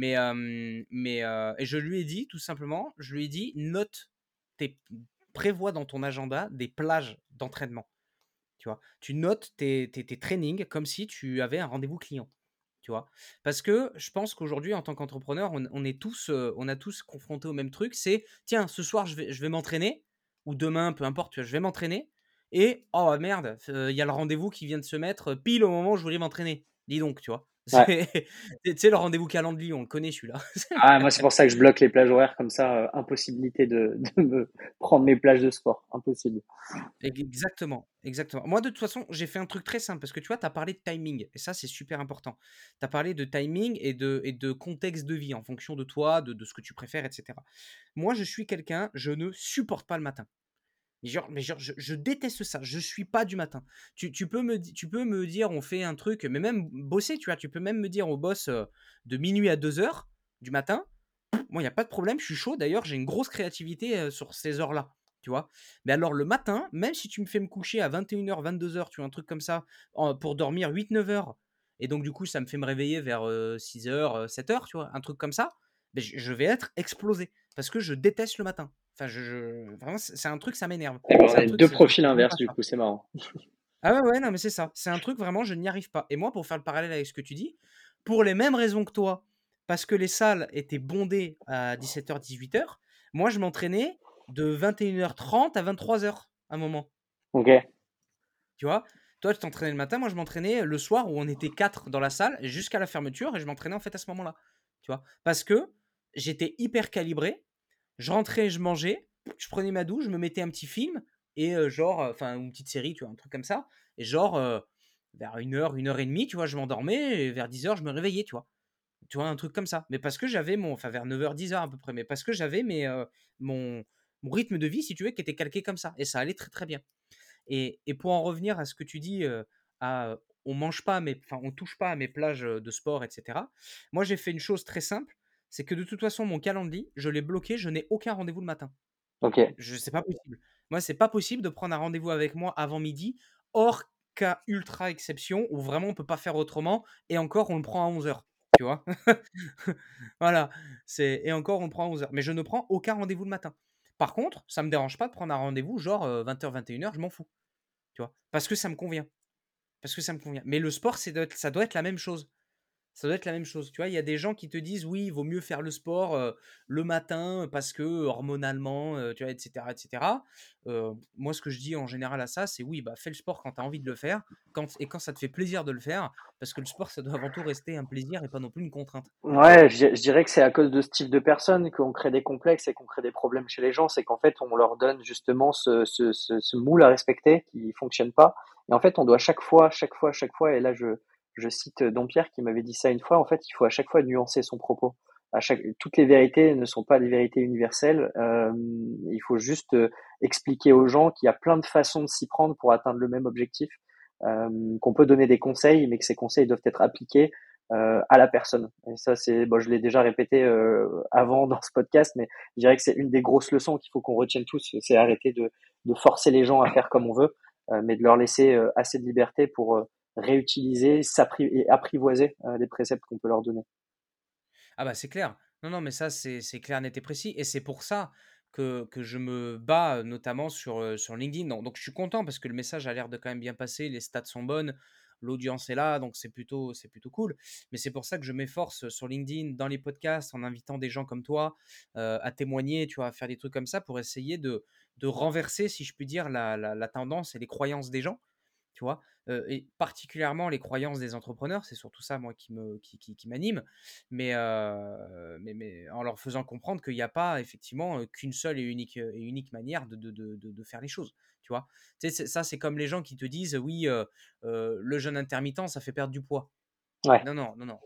et je lui ai dit, tout simplement, je lui ai dit, tes, prévois dans ton agenda des plages d'entraînement. Tu vois, tu notes tes trainings comme si tu avais un rendez-vous client. Tu vois, parce que je pense qu'aujourd'hui, en tant qu'entrepreneur, on a tous confronté au même truc. C'est tiens, ce soir, je vais m'entraîner, ou demain, peu importe, tu vois, je vais m'entraîner. Et oh merde, il y a le rendez-vous qui vient de se mettre pile au moment où je voulais m'entraîner. Dis donc, tu vois.
Ouais.
Tu sais, le rendez-vous calendrier, on le connaît celui-là.
Ah, moi, c'est pour ça que je bloque les plages horaires comme ça. Impossibilité de me prendre mes plages de sport. Impossible.
Exactement, exactement. Moi, de toute façon, j'ai fait un truc très simple parce que tu vois, tu as parlé de timing et ça, c'est super important. Tu as parlé de timing et de contexte de vie en fonction de toi, de ce que tu préfères, etc. Moi, je suis quelqu'un, je ne supporte pas le matin. Mais genre, je déteste ça. Je suis pas du matin. Tu peux me dire, on fait un truc, mais même bosser, tu vois, tu peux même me dire, on bosse de minuit à 2 heures du matin. Moi, il n'y a pas de problème, je suis chaud. D'ailleurs, j'ai une grosse créativité sur ces heures-là, tu vois. Mais alors, le matin, même si tu me fais me coucher à 21h, 22h, tu vois, un truc comme ça, pour dormir 8-9 heures, et donc, du coup, ça me fait me réveiller vers 6h, 7h, tu vois, un truc comme ça, ben, je vais être explosé parce que je déteste le matin. Enfin, vraiment, c'est un truc, ça m'énerve.
Eh ben, on
C'est un
a
truc,
deux
je
profils
fais vraiment
inverses,
pas
du
ça.
coup, c'est marrant.
Ah ouais, ouais, non, mais c'est ça. C'est un truc vraiment, je n'y arrive pas. Et moi, pour faire le parallèle avec ce que tu dis, pour les mêmes raisons que toi, parce que les salles étaient bondées à 17h, 18h, moi, je m'entraînais de 21h30 à 23h à un moment.
Ok.
Tu vois? Toi, tu t'entraînais le matin, moi, je m'entraînais le soir où on était 4 dans la salle jusqu'à la fermeture et je m'entraînais en fait à ce moment-là. Tu vois? Parce que j'étais hyper calibré. Je rentrais, je mangeais, je prenais ma douche, je me mettais un petit film et enfin, une petite série, tu vois, un truc comme ça. Et vers 1 heure et demie, tu vois, je m'endormais et vers 10 heures, je me réveillais, tu vois. Tu vois, un truc comme ça. Mais parce que j'avais enfin, vers 9 heures 10 heures à peu près, mais parce que j'avais mon, mon rythme de vie, si tu veux, qui était calqué comme ça. Et ça allait très, très bien. Et pour en revenir à ce que tu dis, on mange pas, enfin, on touche pas à mes plages de sport, etc. Moi, j'ai fait une chose très simple, c'est que de toute façon, mon calendrier, je l'ai bloqué, je n'ai aucun rendez-vous le matin.
Ok.
C'est pas possible. Moi, c'est pas possible de prendre un rendez-vous avec moi avant midi, hors cas ultra exception où vraiment on peut pas faire autrement, et encore on le prend à 11 heures. Tu vois. Voilà. Et encore on le prend à 11 heures. Mais je ne prends aucun rendez-vous le matin. Par contre, ça me dérange pas de prendre un rendez-vous genre 20 h 21 h, je m'en fous. Tu vois. Parce que ça me convient. Parce que ça me convient. Mais le sport, ça doit être la même chose. Ça doit être la même chose. Tu vois, il y a des gens qui te disent oui, il vaut mieux faire le sport le matin parce que hormonalement, tu vois, etc. etc. Moi, ce que je dis en général à ça, c'est oui, bah, fais le sport quand tu as envie de le faire et quand ça te fait plaisir de le faire parce que le sport, ça doit avant tout rester un plaisir et pas non plus une contrainte. Tu vois.
Ouais, je dirais que c'est à cause de ce type de personnes qu'on crée des complexes et qu'on crée des problèmes chez les gens. C'est qu'en fait, on leur donne justement ce moule à respecter qui fonctionne pas. Et en fait, on doit chaque fois, et là je cite Dompierre qui m'avait dit ça une fois, en fait, il faut à chaque fois nuancer son propos. Toutes les vérités ne sont pas des vérités universelles. Il faut juste expliquer aux gens qu'il y a plein de façons de s'y prendre pour atteindre le même objectif. Qu'on peut donner des conseils, mais que ces conseils doivent être appliqués à la personne. Et ça, je l'ai déjà répété avant dans ce podcast, mais je dirais que c'est une des grosses leçons qu'il faut qu'on retienne tous, c'est arrêter de forcer les gens à faire comme on veut, mais de leur laisser assez de liberté pour réutiliser et apprivoiser les préceptes qu'on peut leur donner.
Ah bah c'est clair. Non, non, mais ça, c'est clair, net et précis. Et c'est pour ça que je me bats notamment sur LinkedIn. Donc je suis content parce que le message a l'air de quand même bien passer, les stats sont bonnes, l'audience est là, donc c'est plutôt cool. Mais c'est pour ça que je m'efforce sur LinkedIn, dans les podcasts, en invitant des gens comme toi à témoigner, tu vois, à faire des trucs comme ça pour essayer de renverser, si je puis dire, la tendance et les croyances des gens. Tu vois, et particulièrement les croyances des entrepreneurs, c'est surtout ça, moi, qui m'anime, mais en leur faisant comprendre qu'il n'y a pas effectivement qu'une seule et unique manière de faire les choses, tu vois. Tu sais, ça, c'est comme les gens qui te disent, oui, le jeûne intermittent, ça fait perdre du poids.
Ouais,
Non, non, non, non.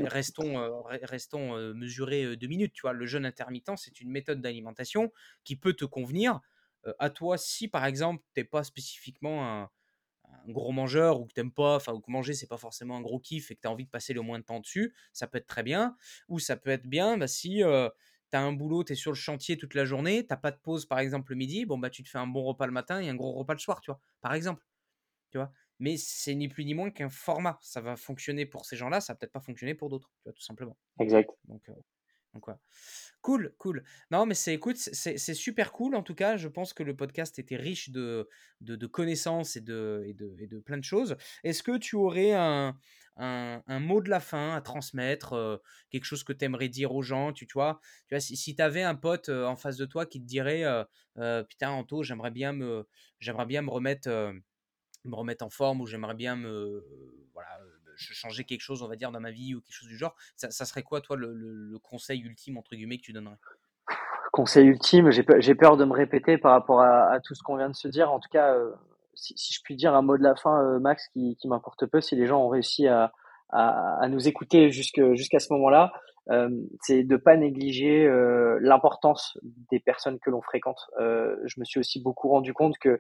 Restons mesurés 2 minutes, tu vois. Le jeûne intermittent, c'est une méthode d'alimentation qui peut te convenir à toi si, par exemple, tu n'es pas spécifiquement un gros mangeur ou que t'aimes pas, enfin, ou que manger c'est pas forcément un gros kiff et que tu as envie de passer le moins de temps dessus, ça peut être très bien. Ou ça peut être bien bah, si tu as un boulot, tu es sur le chantier toute la journée, t'as pas de pause par exemple le midi, bon bah tu te fais un bon repas le matin et un gros repas le soir, tu vois, par exemple, tu vois. Mais c'est ni plus ni moins qu'un format. Ça va fonctionner pour ces gens-là, ça va peut-être pas fonctionner pour d'autres, tu vois, tout simplement.
exact.
Donc voilà. Cool, cool. Non, mais écoute, c'est super cool. En tout cas, je pense que le podcast était riche de connaissances et de plein de choses. Est-ce que tu aurais un mot de la fin à transmettre, quelque chose que tu aimerais dire aux gens, tu vois, si tu avais un pote en face de toi qui te dirait, putain, Anto, j'aimerais bien me remettre en forme ou j'aimerais bien voilà, changer quelque chose, on va dire, dans ma vie ou quelque chose du genre. Ça serait quoi, toi, le conseil ultime, entre guillemets, que tu donnerais?
Conseil ultime, j'ai peur de me répéter par rapport à tout ce qu'on vient de se dire. En tout cas, si je puis dire un mot de la fin, Max, qui m'importe peu, si les gens ont réussi à nous écouter jusqu'à ce moment-là, c'est de pas négliger l'importance des personnes que l'on fréquente. Je me suis aussi beaucoup rendu compte que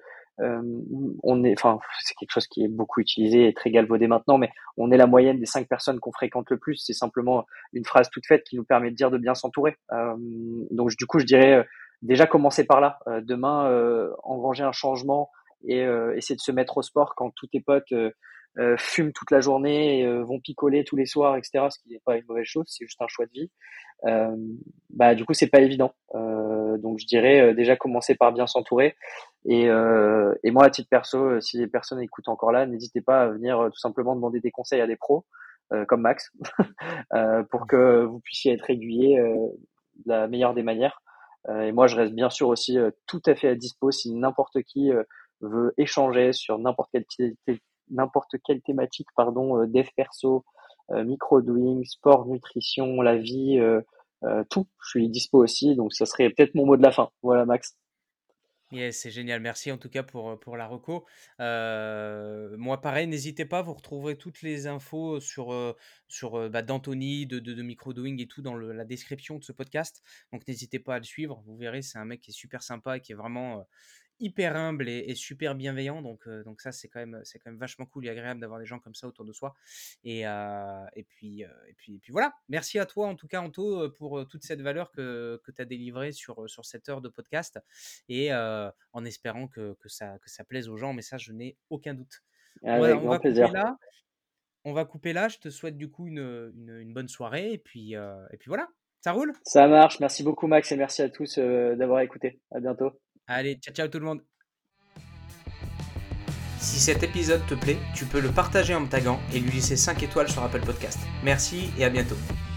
enfin, c'est quelque chose qui est beaucoup utilisé et très galvaudé maintenant, mais on est la moyenne des 5 personnes qu'on fréquente le plus. C'est simplement une phrase toute faite qui nous permet de dire de bien s'entourer. Donc du coup, je dirais déjà commencer par là. Demain, engranger un changement et essayer de se mettre au sport quand tous tes potes fument toute la journée et vont picoler tous les soirs, etc. Ce qui n'est pas une mauvaise chose, c'est juste un choix de vie. Euh, Bah du coup, c'est pas évident. Donc je dirais déjà commencer par bien s'entourer. Et moi, à titre perso, si les personnes écoutent encore là, n'hésitez pas à venir tout simplement demander des conseils à des pros comme Max pour que vous puissiez être aiguillé de la meilleure des manières. Et moi, je reste bien sûr aussi tout à fait à dispo si n'importe qui veut échanger sur n'importe quelle thématique, pardon, dev perso, micro-doing, sport, nutrition, la vie, tout. Je suis dispo aussi, donc ça serait peut-être mon mot de la fin. Voilà, Max.
Yes, c'est génial. Merci en tout cas pour la reco. Moi, pareil, n'hésitez pas, vous retrouverez toutes les infos sur d'Anthony, de Microdoing et tout dans la description de ce podcast. Donc, n'hésitez pas à le suivre. Vous verrez, c'est un mec qui est super sympa et qui est vraiment hyper humble et super bienveillant. Donc ça, c'est quand même vachement cool et agréable d'avoir des gens comme ça autour de soi. Et puis voilà. Merci à toi, en tout cas, Anto, pour toute cette valeur que tu as délivrée sur cette heure de podcast. Et en espérant que ça plaise aux gens, mais ça, je n'ai aucun doute. On va,
Avec
on
grand
va couper
plaisir.
là. On va couper là. Je te souhaite du coup une bonne soirée. Et puis voilà. Ça roule?
Ça marche. Merci beaucoup, Max, et merci à tous d'avoir écouté. À bientôt.
Allez, ciao, ciao tout le monde. Si cet épisode te plaît, tu peux le partager en me taguant et lui laisser 5 étoiles sur Apple Podcast. Merci et à bientôt.